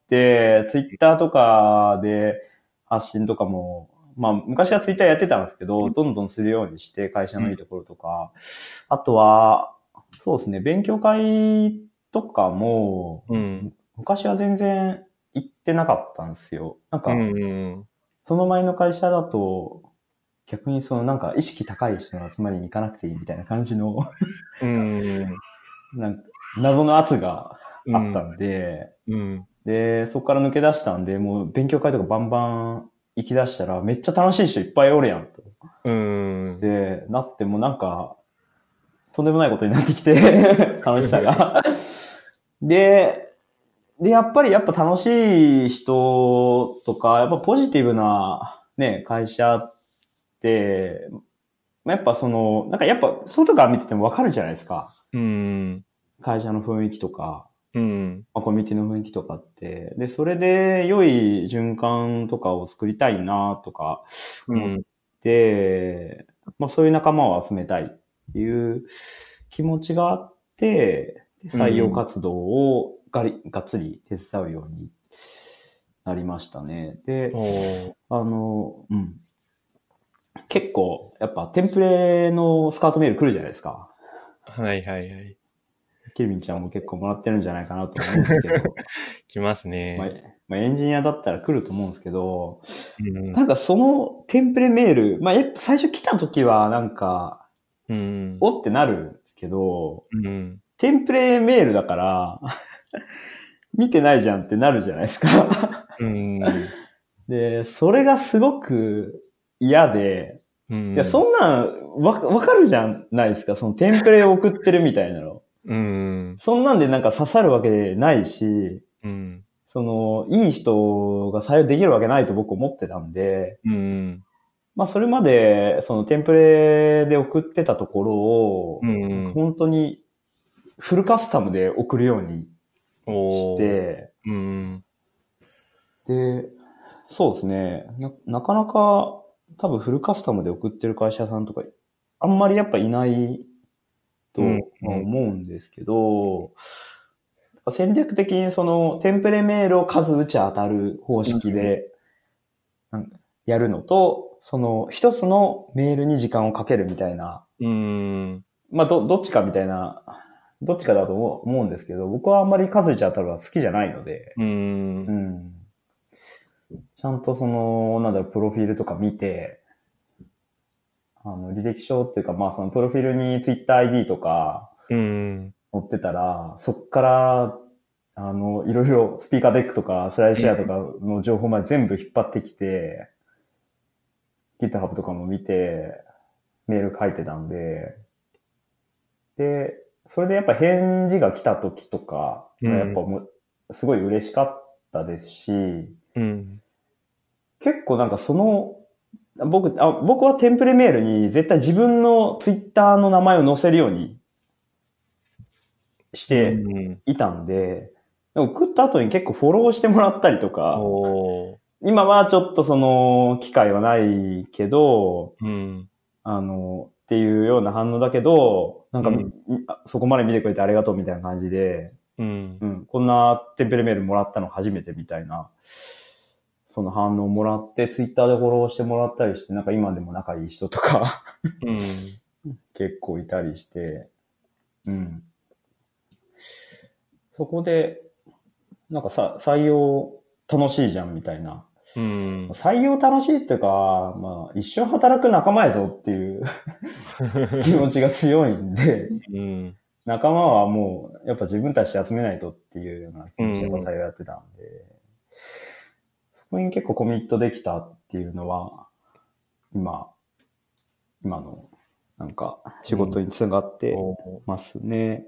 ツイッターとかで発信とかも、まあ昔はツイッターやってたんですけど、どんどんするようにして、会社のいいところとか、あとは、そうですね、勉強会とかも、 うん。 昔は全然行ってなかったんですよ。なんうか、 ん。 その前の会社だと、逆になんか意識高い人の集まりに行かなくていいみたいな感じのうん。 なんか謎の圧がうん。 あったんで、 うん。 で、そこから抜け出したんで、もう勉強会とかバンバン行き出したら、めっちゃ楽しい人いっぱいおるやんと。 うん。 で、なってもなんか、とんでもないことになってきて楽しさがで、やっぱ楽しい人とか、やっぱポジティブなね、会社って、やっぱなんかやっぱ外から見ててもわかるじゃないですか。 うん。 会社の雰囲気とか、 うん。 まあ、コミュニティの雰囲気とかって。で、それで良い循環とかを作りたいなとか思っうん。 て、まあそういう仲間を集めたいっていう気持ちがあって、で採用うん。 活動をがっつり手伝うようになりましたね。で、 おー。 うん。結構、やっぱテンプレのスカートメール来るじゃないですか。 はいはいはい。 キルビンちゃんも結構もらってるんじゃないかなと思うんですけど、 来ますまあ、 ね。 エンジニアだったら来ると思うんですけど、 うん。 なんかそのテンプレメール、まあ、やっぱ最初来た時はなんか、 うん。 おってなるんですけど、 うん。 テンプレメールだから、見てないじゃんってなるじゃないですか。 うん。 で、それがすごく嫌で、 ういや、そん。 んなんわかるじゃないですか。そのテンプレを送ってるみたいなの。 うん。 そんなんでなんか刺さるわけないし、 うん。 いい人が採用できるわけないと僕思ってたんで、 うん。 まあそれまで、テンプレで送ってたところを、なんか本当にフルカスタムで送るようにして、 うん。 で、そうですね。なかなか多分フルカスタムで送ってる会社さんとか、あんまりやっぱいないとは思うんですけど、戦略的にテンプレメールを数打ち当たる方式でやるのと、一つのメールに時間をかけるみたいな、まあどっちかみたいな、どっちかだと思うんですけど、僕はあんまり数打ち当たるのは好きじゃないので、ちゃんとプロフィールとか見て、履歴書っていうか、まあプロフィールに Twitter ID とか、載ってたら、そっから、いろいろスピーカーデックとかスライドシェアとかの情報まで全部引っ張ってきて、GitHub とかも見て、メール書いてたんで、で、それでやっぱ返事が来た時とか、やっぱすごい嬉しかったですし、結構なんか僕はテンプレメールに絶対自分のツイッターの名前を載せるようにしていたんで、送った後に結構フォローしてもらったりとか、今はちょっと機会はないけど、っていうような反応だけど、なんか、そこまで見てくれてありがとうみたいな感じで、こんなテンプレメールもらったの初めてみたいな、その反応もらって、ツイッターでフォローしてもらったりして、なんか今でも仲いい人とか結構いたりして、そこで、なんか採用楽しいじゃんみたいな。採用楽しいっていうか、まあ、一緒に働く仲間やぞっていう気持ちが強いんで、仲間はもう、やっぱ自分たちで集めないとっていうような気持ちでやっぱ採用やってたんで、そこに結構コミットできたっていうのは、今の、なんか、仕事につながってますね。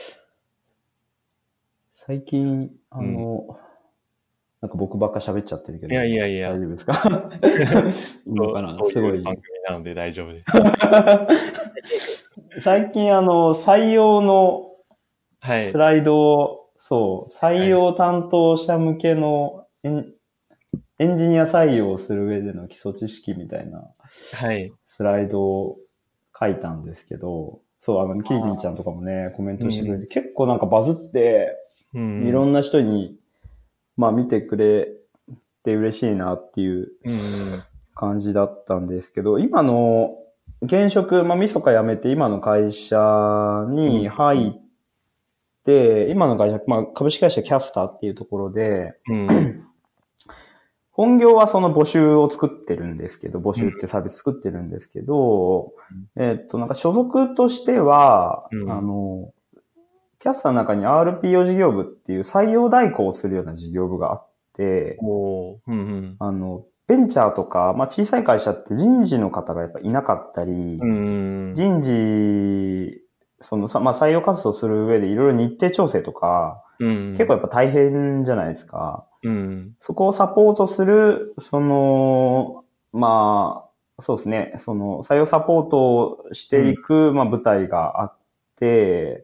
最近、なんか僕ばっか喋っちゃってるけど。 いや。 大丈夫ですかいいのかなすごい。 番組なので大丈夫です。 最近採用のスライドを、採用担当者向けのエンジニア採用する上での基礎知識みたいなスライドを書いたんですけど、キリキリちゃんとかもね、コメントしてくれて、結構なんかバズって、いろんな人に、まあ見てくれて嬉しいなっていう感じだったんですけど、今の現職、まあみそか辞めて今の会社に入って、今の会社、まあ株式会社キャスターっていうところで、本業はその募集を作ってるんですけど、募集ってサービス作ってるんですけど、なんか所属としては、キャスターの中に RPO 事業部っていう採用代行をするような事業部があって、ベンチャーとか、まあ小さい会社って人事の方がやっぱいなかったり、人事、まあ採用活動する上でいろいろ日程調整とか、結構やっぱ大変じゃないですか。そこをサポートする、まあ、そうですね、採用サポートをしていく、まあ舞台があって、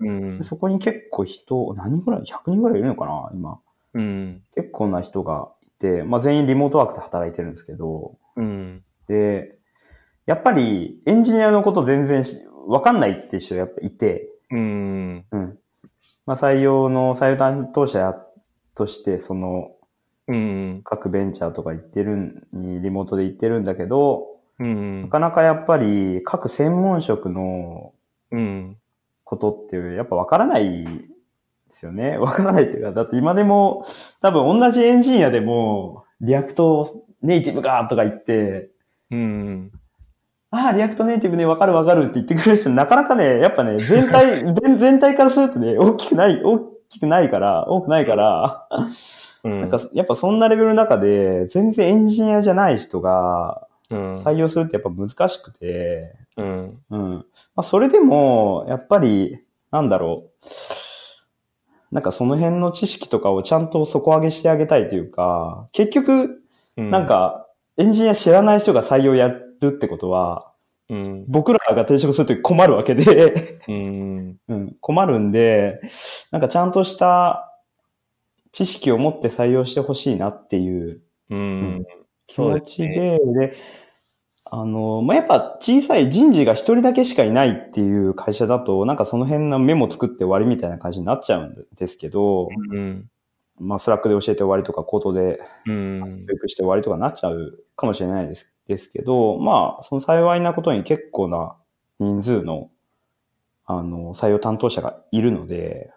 そこに結構何人ぐらい ?100 人ぐらいいるのかな今。結構な人がいて、まあ全員リモートワークで働いてるんですけど、で、やっぱりエンジニアのこと全然わかんないっていう人がやっぱいて、まあ採用担当者として、各ベンチャーとかリモートで行ってるんだけど、なかなかやっぱり各専門職のことっていう、やっぱわからないですよね。わからないっていうか、だって今でも多分同じエンジニアでもリアクトネイティブがとか言って、リアクトネイティブね、わかるって言ってくれる人、なかなかね、やっぱね、全体からするとね、多くないから、なんか、やっぱそんなレベルの中で、全然エンジニアじゃない人が、採用するってやっぱ難しくて、まあ、それでも、やっぱり、なんだろなんかその辺の知識とかをちゃんと底上げしてあげたいというか、結局、なんか、エンジニア知らない人が採用やるってことは、僕らが転職するとき困るわけで困るんで、なんかちゃんとした知識を持って採用してほしいなっていう気持ちで、やっぱ小さい人事が一人だけしかいないっていう会社だと、なんかその辺のメモ作って終わりみたいな感じになっちゃうんですけど、スラックで教えて終わりとか、コードで教育して終わりとかなっちゃうかもしれないですけど、その幸いなことに結構な人数の、採用担当者がいるので、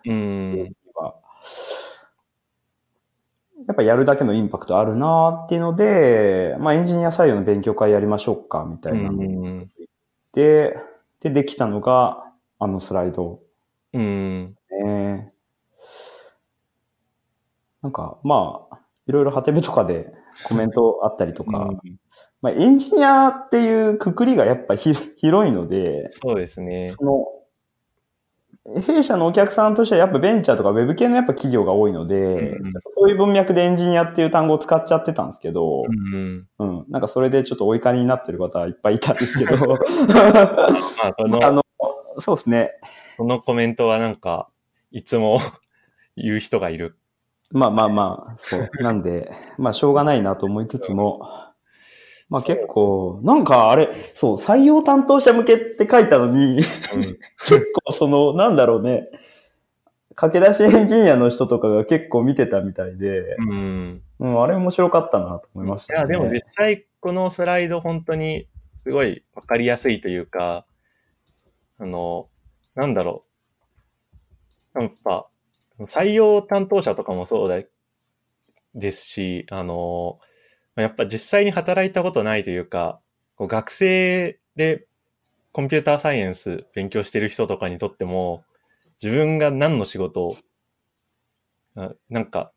やっぱやるだけのインパクトあるなっていうので、エンジニア採用の勉強会やりましょうか、みたいなので、できたのが、スライド。なんか、いろいろハテブとかでコメントあったりとか、エンジニアっていうくくりがやっぱ広いので、 そうですね。 弊社のお客さんとしてはやっぱベンチャーとかウェブ系のやっぱ企業が多いので、そういう文脈でエンジニアっていう単語を使っちゃってたんですけど、なんかそれでちょっとお怒りになってる方はいっぱいいたんですけど、そうですね。 そのコメントはなんか、いつも言う人がいる。 そう。なんで、しょうがないなと思いつつも、結構、なんかあれ、そう、採用担当者向けって書いたのに、結構なんだろうね、駆け出しエンジニアの人とかが結構見てたみたいで、あれ面白かったなと思いましたね。 いや、でも実際このスライド本当にすごいわかりやすいというか、なんだろう。やっぱ、採用担当者とかもそうですし、やっぱ実際に働いたことないというか、学生でコンピューターサイエンス勉強してる人とかにとっても、自分が何の仕事を、なんか、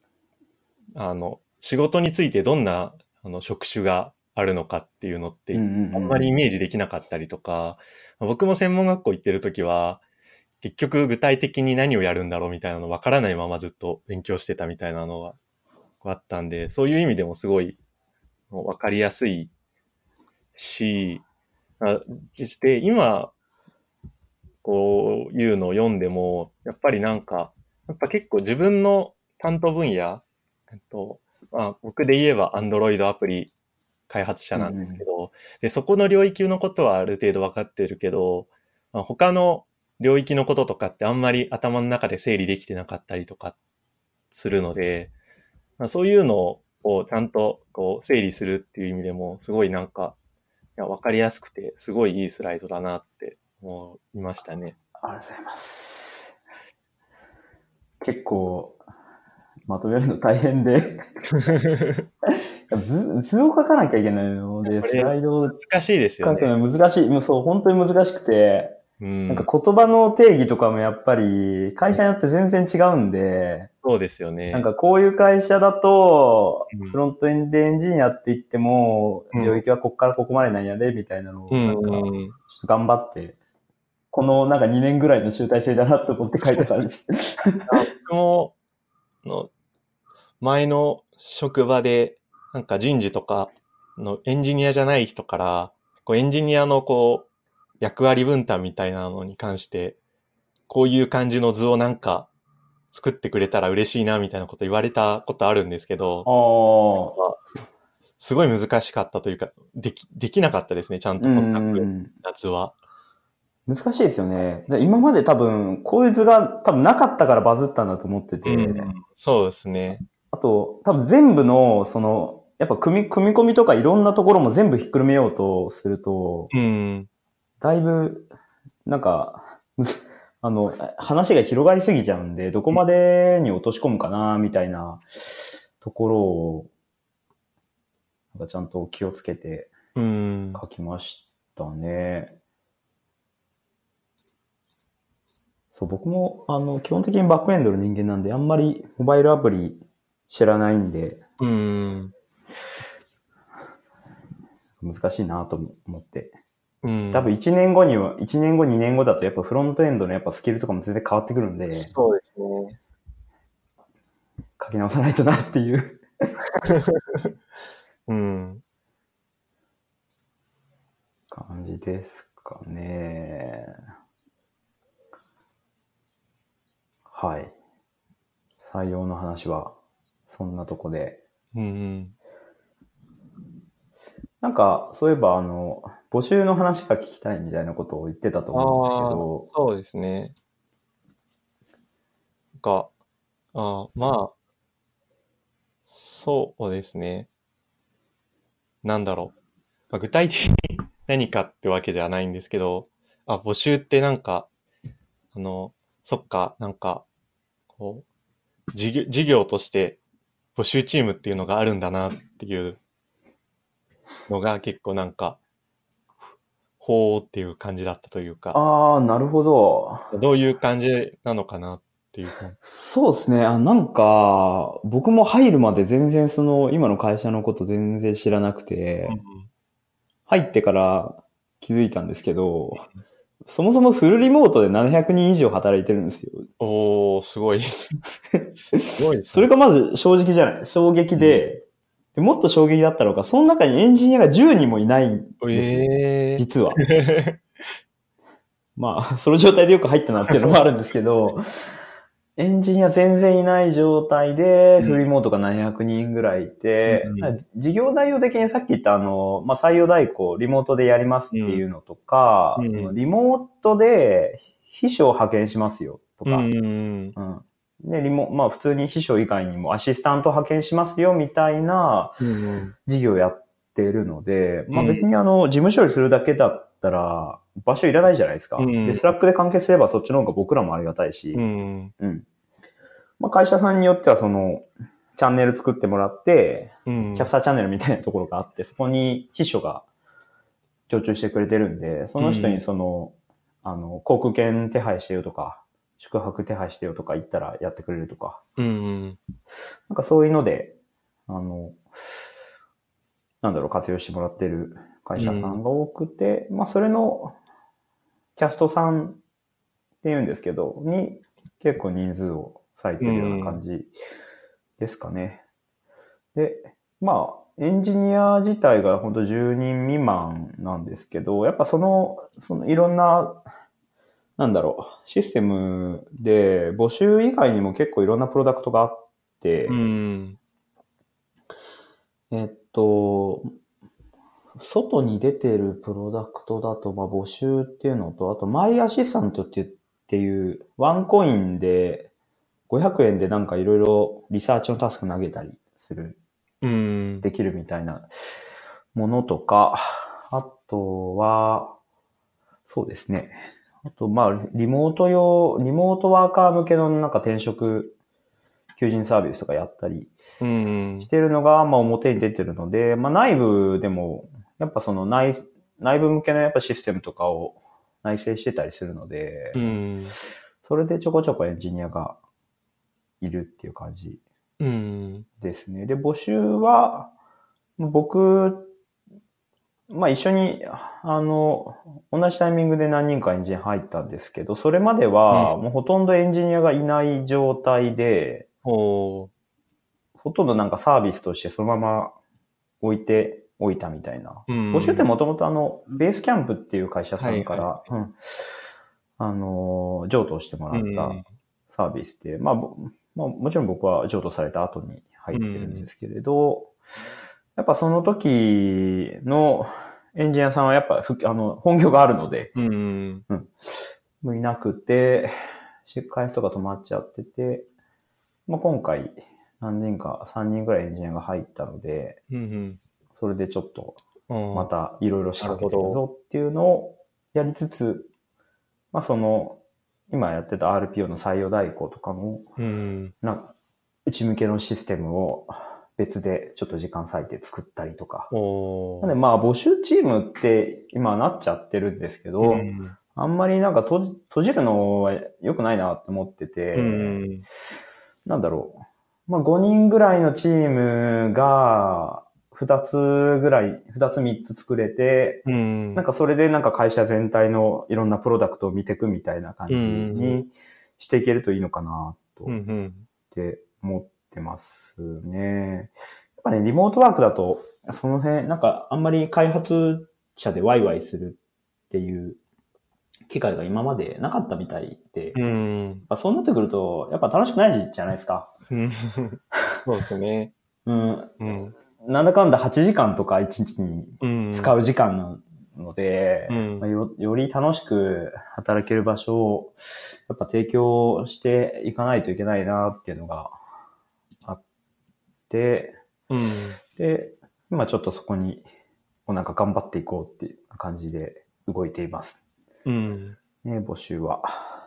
仕事についてどんな職種があるのかっていうのって、あんまりイメージできなかったりとか、僕も専門学校行ってるときは、結局具体的に何をやるんだろうみたいなの分からないままずっと勉強してたみたいなのがあったんで、そういう意味でもすごい分かりやすいし、そして今、こういうのを読んでも、やっぱりなんか、やっぱ結構自分の担当分野、僕で言えば Android アプリ開発者なんですけど、で、そこの領域のことはある程度分かってるけど、他の領域のこととかってあんまり頭の中で整理できてなかったりとかするので、そういうのをちゃんとこう整理するっていう意味でも、すごいなんか、分かりやすくて、すごいいいスライドだなって思いましたね。 ありがとうございます。結構、まとめるの大変で図を書かなきゃいけないので、スライドを難しいですよね。 書くの難しい。もうそう、本当に難しくて、なんか言葉の定義とかもやっぱり会社によって全然違うんで、 そうですよね。 なんかこういう会社だと、フロントエンドエンジニアって言っても、領域はここからここまでなんやで、みたいなのを、なんか、ちょっと頑張って、このなんか2年ぐらいの中大生だなと思って書いてたんです。 僕も、前の職場で、なんか人事とかのエンジニアじゃない人から、エンジニアの役割分担みたいなのに関して、こういう感じの図をなんか作ってくれたら嬉しいなみたいなこと言われたことあるんですけど、すごい難しかったというか、できなかったですね、ちゃんとこの図は。 難しいですよね。今まで多分、こういう図が多分なかったからバズったんだと思ってて。 そうですね。 あと、多分全部の、やっぱ組み込みとかいろんなところも全部ひっくるめようとすると、だいぶ、なんか、話が広がりすぎちゃうんで、どこまでに落とし込むかな、みたいなところを、なんかちゃんと気をつけて書きましたね。そう、僕も、基本的にバックエンドの人間なんで、あんまりモバイルアプリ知らないんで、難しいなと思って。多分1年後、2年後だとやっぱフロントエンドのやっぱスキルとかも全然変わってくるんで。 そうですね。 書き直さないとなっていううん。 感じですかね。はい。採用の話は、そんなとこで。 うん。 なんか、そういえば、募集の話が聞きたいみたいなことを言ってたと思うんですけああ、 ど、 そうですね。が、まあ、そうですね。なんだろう。まあ、具体的に何かってわけではないんですけど、募集ってなんか、あの、そっか、なんか、こう、事業として募集チームっていうのがあるんだなっていうのが結構なんか、ほーっていう感じだったというか、 ああ、なるほど。 どういう感じなのかなっていう感じ。 そうですね。なんか、僕も入るまで全然今の会社のこと全然知らなくて、入ってから気づいたんですけど、そもそもフルリモートで700人以上働いてるんですよ。 おー、すごい。すごいですね。 それがまず正直じゃない。衝撃で、もっと衝撃だったのが、その中にエンジニアが10人もいないんですよ。 え実は。 ー。 まあ、その状態でよく入ったなっていうのもあるんですけど、エンジニア全然いない状態で、フルリモートが700人ぐらいいて、事業内容的にさっき言った採用代行、リモートでやりますっていうのとか、そのリモートで秘書を派遣しますよとか、で、普通に秘書以外にもアシスタント派遣しますよみたいな事業をやってるので、別に事務処理するだけだったら場所いらないじゃないですか。で、スラックで完結すればそっちの方が僕らもありがたいし、会社さんによってはチャンネル作ってもらって、キャスターチャンネルみたいなところがあって、そこに秘書が常駐してくれてるんで、その人に航空券手配してよとか、宿泊手配してよとか言ったらやってくれるとか。なんかそういうので、活用してもらってる会社さんが多くて、それのキャストさんって言うんですけど、に結構人数を割いてるような感じですかね。で、エンジニア自体が本当10人未満なんですけど、やっぱいろんな、システムで募集以外にも結構いろんなプロダクトがあって、外に出てるプロダクトだと、募集っていうのと、あと、マイアシスタントっていう、ワンコインで、500円でなんかいろいろリサーチのタスク投げたりする、できるみたいなものとか、あとは、そうですね。あと、リモートワーカー向けのなんか転職、求人サービスとかやったりしてるのが、表に出てるので、内部でも、やっぱ内部向けのやっぱシステムとかを内製してたりするので、それでちょこちょこエンジニアがいるっていう感じですね。で、募集は、僕、一緒に、同じタイミングで何人かエンジニア入ったんですけど、それまでは、もうほとんどエンジニアがいない状態で、ほとんどなんかサービスとしてそのまま置いておいたみたいな。募集ってもともとベースキャンプっていう会社さんから、譲渡してもらったサービスで、もちろん僕は譲渡された後に入ってるんですけれど、やっぱその時のエンジニアさんはやっぱ本業があるので、もういなくて、開発とか止まっちゃってて、今回何人か3人ぐらいエンジニアが入ったので、それでちょっとまたいろいろ仕掛けてるぞっていうのをやりつつ、今やってた RPO の採用代行とかも、内向けのシステムを別でちょっと時間割いて作ったりとか。なんで募集チームって今なっちゃってるんですけど、あんまりなんか閉じるのは良くないなって思ってて、5人ぐらいのチームが2つ3つ作れて、なんかそれでなんか会社全体のいろんなプロダクトを見ていくみたいな感じにしていけるといいのかなとって思ってってますね。やっぱね、リモートワークだと、その辺、なんかあんまり開発者でワイワイするっていう機会が今までなかったみたいで、 うん。 そうなってくると、やっぱ楽しくないじゃないですか。 そうですね。 うん。 うん。 なんだかんだ8時間とか1日に使う時間なので、より楽しく働ける場所をやっぱ提供していかないといけないなっていうのがあって、で、今ちょっとそこになんか頑張っていこうっていう感じで動いています。ね、募集は。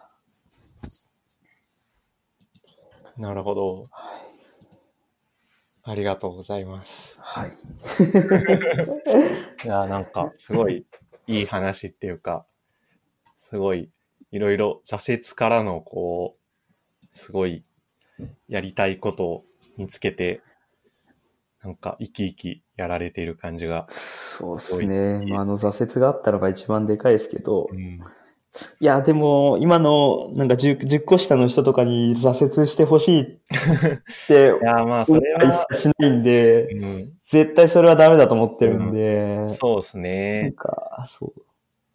なるほど。ありがとうございます。 はい。 いや、なんか、すごいいい話っていうか、すごい、いろいろ挫折からの、こう、すごい、やりたいことを見つけて、なんか、生き生きやられている感じが。 そうですね。挫折があったのが一番でかいですけど、 うん、 いや、でも、今の、なんか10個下の人とかに挫折してほしいっていや、まあ、そ思いは一れは、 切しないんで、 うん、 絶対それはダメだと思ってるんで、 そうですね。 そう。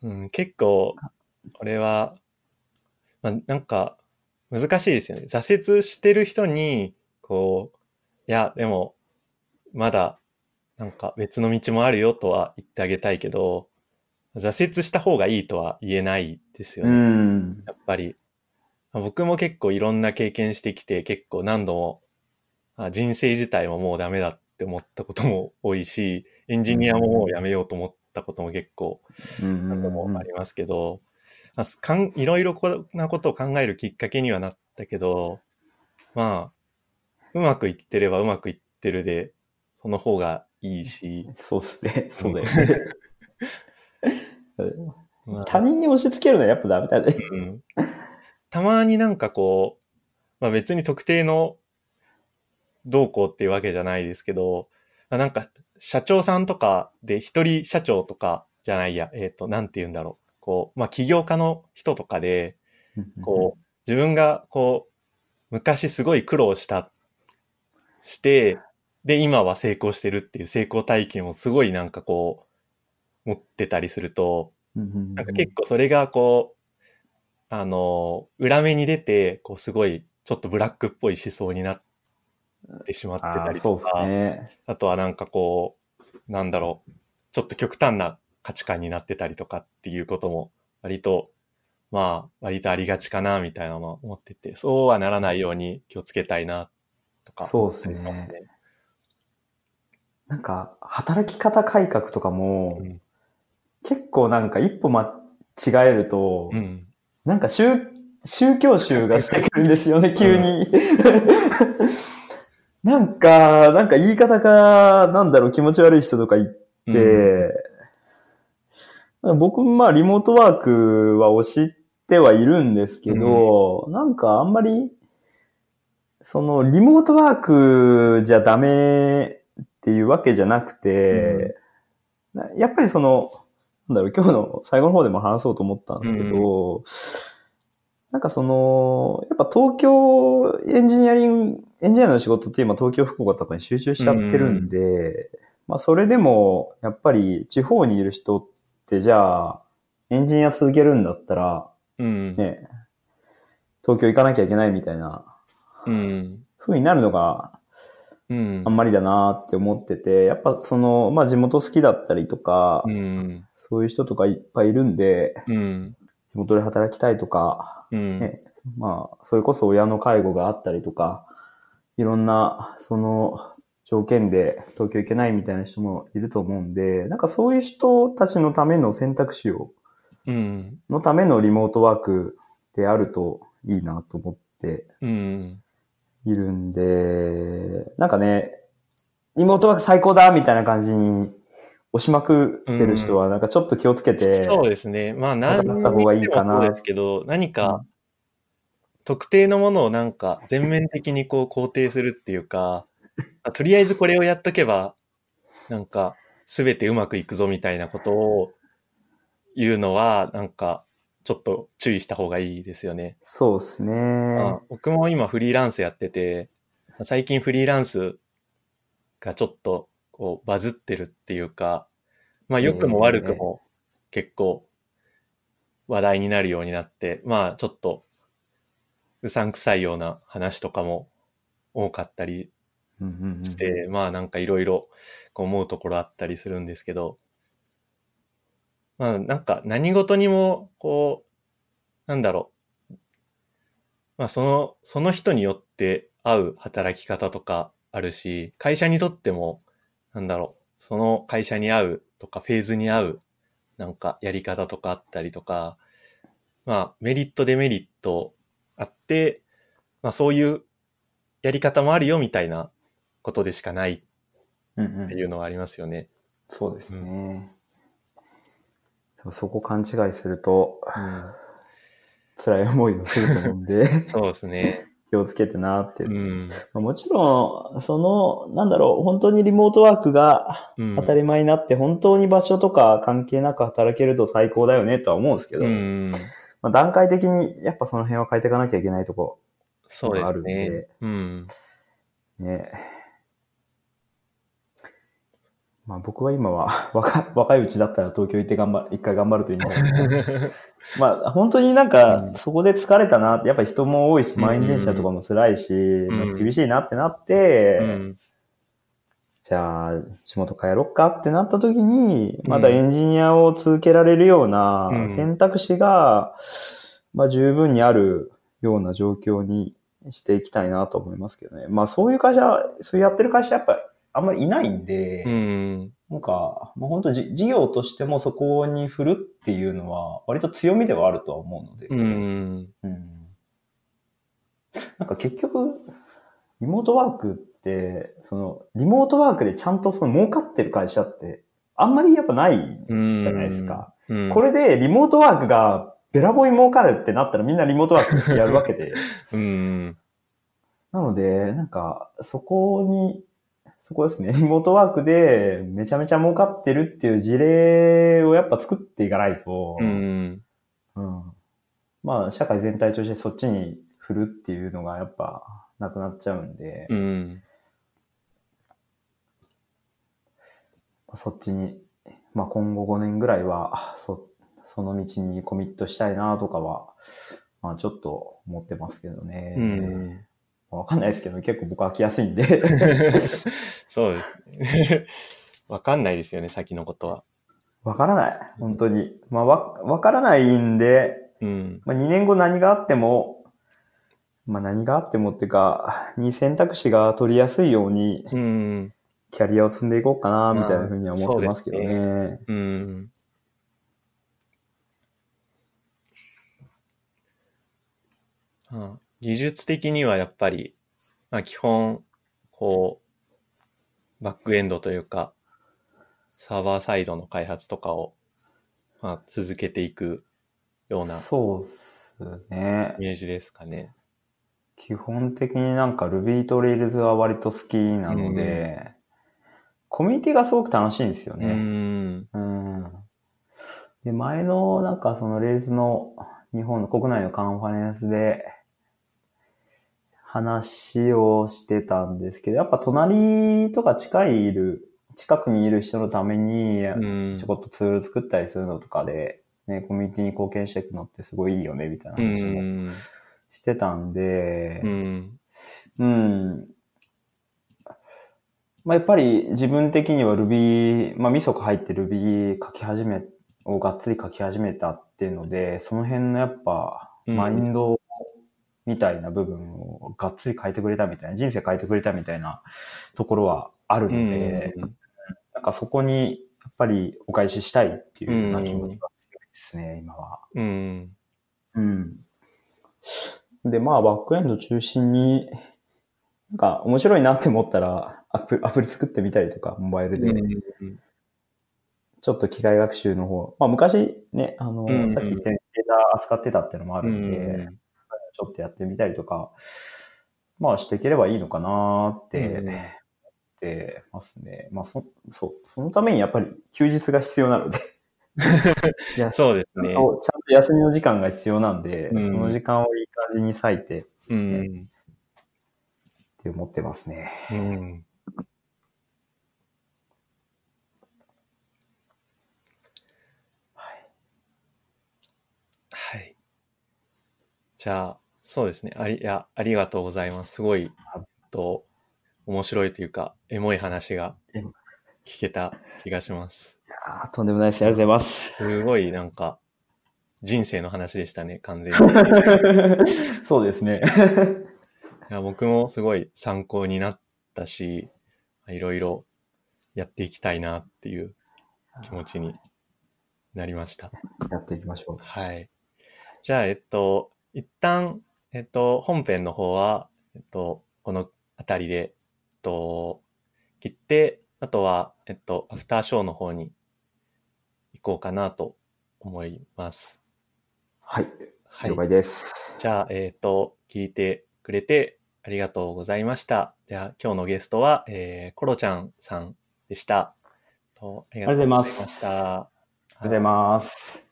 結構、俺は、まあ、なんか、難しいですよね。挫折してる人に、こう、いや、でも、まだ、なんか別の道もあるよとは言ってあげたいけど、挫折した方がいいとは言えないですよね。やっぱり。僕も結構いろんな経験してきて、結構何度も、人生自体ももうダメだって思ったことも多いし、エンジニアももうやめようと思ったことも結構何度もありますけど、いろいろなことを考えるきっかけにはなったけど、まあ、うまくいってればうまくいってるで、その方がいいし。 そうですね。そうだよね。 まあ、 他人に押し付けるのはやっぱダメだね。 たまになんかこう、まあ別に特定のどうこうっていうわけじゃないですけど、なんか社長さんとかで一人社長とかじゃないや、なんて言うんだろう。こう、まあ起業家の人とかで、こう、自分がこう、昔すごい苦労して、で、今は成功してるっていう成功体験をすごいなんかこう、持ってたりすると、なんか結構それがこう、裏目に出て、こうすごいちょっとブラックっぽい思想になってしまってたりとそうですか、 ね。 あとはなんかこう、なんだろう、ちょっと極端な価値観になってたりとかっていうことも割と、まあ、割とありがちかな、みたいなのは思ってて、そうはならないように気をつけたいな、とかそうです思ったりしますね。 ね。 なんか、働き方改革とかも、結構なんか一歩間違えると、なんか宗教集がしてくるんですよね、急に。なんか言い方が、なんだろう、気持ち悪い人とか言って、僕もリモートワークは推してはいるんですけど、なんかあんまり、リモートワークじゃダメっていうわけじゃなくて、やっぱりなんだろう、今日の最後の方でも話そうと思ったんですけど、なんかやっぱ東京エンジニアの仕事って今東京福岡とかに集中しちゃってるんで、まあそれでもやっぱり地方にいる人ってじゃあエンジニア続けるんだったら、ね、東京行かなきゃいけないみたいな風になるのがあんまりだなって思ってて、やっぱまあ地元好きだったりとか、そういう人とかいっぱいいるんで、地元で働きたいとか、ね、まあ、それこそ親の介護があったりとか、いろんな、条件で東京行けないみたいな人もいると思うんで、なんかそういう人たちのための選択肢のためのリモートワークであるといいなと思っているんで、なんかね、リモートワーク最高だみたいな感じに押しまくってる人は、なんかちょっと気をつけて、 そうですね。まあ、 何何った方がいいにしてもそうでかな。 すけど、何か特定のものをなんか全面的にこう肯定するっていうか、とりあえずこれをやっとけば、なんか全てうまくいくぞみたいなことを言うのは、なんかちょっと注意した方がいいですよね。 そうですね。 僕も今フリーランスやってて、 最近フリーランスがちょっとこうバズってるっていうか、まあ良くも悪くも結構話題になるようになって、まあちょっとうさんくさいような話とかも多かったりして、まあなんかいろいろ思うところあったりするんですけど、まあなんか何事にもこう、なんだろう、まあその人によって合う働き方とかあるし、会社にとっても、なんだろう、その会社に合うとかフェーズに合うなんかやり方とかあったりとか、まあメリットデメリットあって、まあそういうやり方もあるよみたいなことでしかないっていうのはありますよね。 そうですね。そこ勘違いすると、辛い思いをすると思うんで、 そうですね。 気をつけてなって。もちろん、本当にリモートワークが当たり前になって、本当に場所とか関係なく働けると最高だよねとは思うんですけど、まあ、段階的にやっぱその辺は変えていかなきゃいけないところがあるんで、ね。まあ僕は今は若いうちだったら東京行って一回頑張るといいんじゃないかな。まあ本当になんかそこで疲れたなって、やっぱり人も多いし、満員電車とかも辛いし、厳しいなってなって、じゃあ仕事帰ろっかってなった時に、まだエンジニアを続けられるような選択肢が、まあ十分にあるような状況にしていきたいなと思いますけどね。まあそういう会社、そうやってる会社やっぱあんまりいないんで、なんか、もう本当事業としてもそこに振るっていうのは割と強みではあるとは思うので。なんか結局、リモートワークって、リモートワークでちゃんと儲かってる会社ってあんまりやっぱないじゃないですか。これでリモートワークがべらぼうに儲かるってなったらみんなリモートワークやるわけで。なので、なんか、そこですね。リモートワークでめちゃめちゃ儲かってるっていう事例をやっぱ作っていかないと、まあ、社会全体としてそっちに振るっていうのがやっぱなくなっちゃうんで、そっちに、まあ今後5年ぐらいは、その道にコミットしたいなとかは、まあちょっと思ってますけどね。わかんないですけど、結構僕飽きやすいんで。 そうです。わかんないですよね、先のことは。 わからない。本当に。まあわからないんで、まあ2年後何があってもっていうか、に選択肢が取りやすいように、キャリアを積んでいこうかな、みたいなふうには思ってますけどね。 技術的にはやっぱり、まあ基本、こう、バックエンドというか、サーバーサイドの開発とかを、まあ、続けていくような、 そうですね。 イメージですかね。 基本的になんか Ruby と Rails は割と好きなので、コミュニティがすごく楽しいんですよね。で、前のなんかその Rails の日本の国内のカンファレンスで話をしてたんですけど、やっぱ隣とか近くにいる人のためにちょこっとツール作ったりするのとかで、ね、コミュニティに貢献していくのってすごいいいよね、みたいな話もしてたんで、まあ、やっぱり自分的には Ruby、まあ、ミソが入って Ruby をがっつり書き始めたっていうので、その辺のやっぱ、マインドみたいな部分をがっつり変えてくれたみたいな、人生変えてくれたみたいなところはあるので、なんかそこにやっぱりお返ししたいっていうような気持ちが強いですね、今は。で、まあ、バックエンド中心に、なんか面白いなって思ったらアプリ作ってみたりとか、モバイルで。ちょっと機械学習の方。まあ昔ね、さっき言ったようにデータ扱ってたっていうのもあるんで、ちょっとやってみたりとか、まあしていければいいのかなって思ってますね。まあそのためにやっぱり休日が必要なので。 そうですね。 ちゃんと休みの時間が必要なんで、その時間をいい感じに割いて、ってって思ってますね。 うん。はい。じゃあ、そうですね。ありがとうございます。すごい、面白いというか、エモい話が聞けた気がします。 とんでもないです。ありがとうございます。 すごいなんか、人生の話でしたね、完全に。 そうですね。 いや、僕もすごい参考になったし、いろいろやっていきたいなっていう気持ちになりました。 やっていきましょう。 はい。じゃあ、一旦、本編の方は、このあたりで、切って、あとは、アフターショーの方に行こうかなと思います。 はい。 はい。 了解です。 じゃあ、聞いてくれてありがとうございました。では、今日のゲストは、コロちゃんさんでした。ありがとうありがとうございまございましす。 た。 ありがとうございます。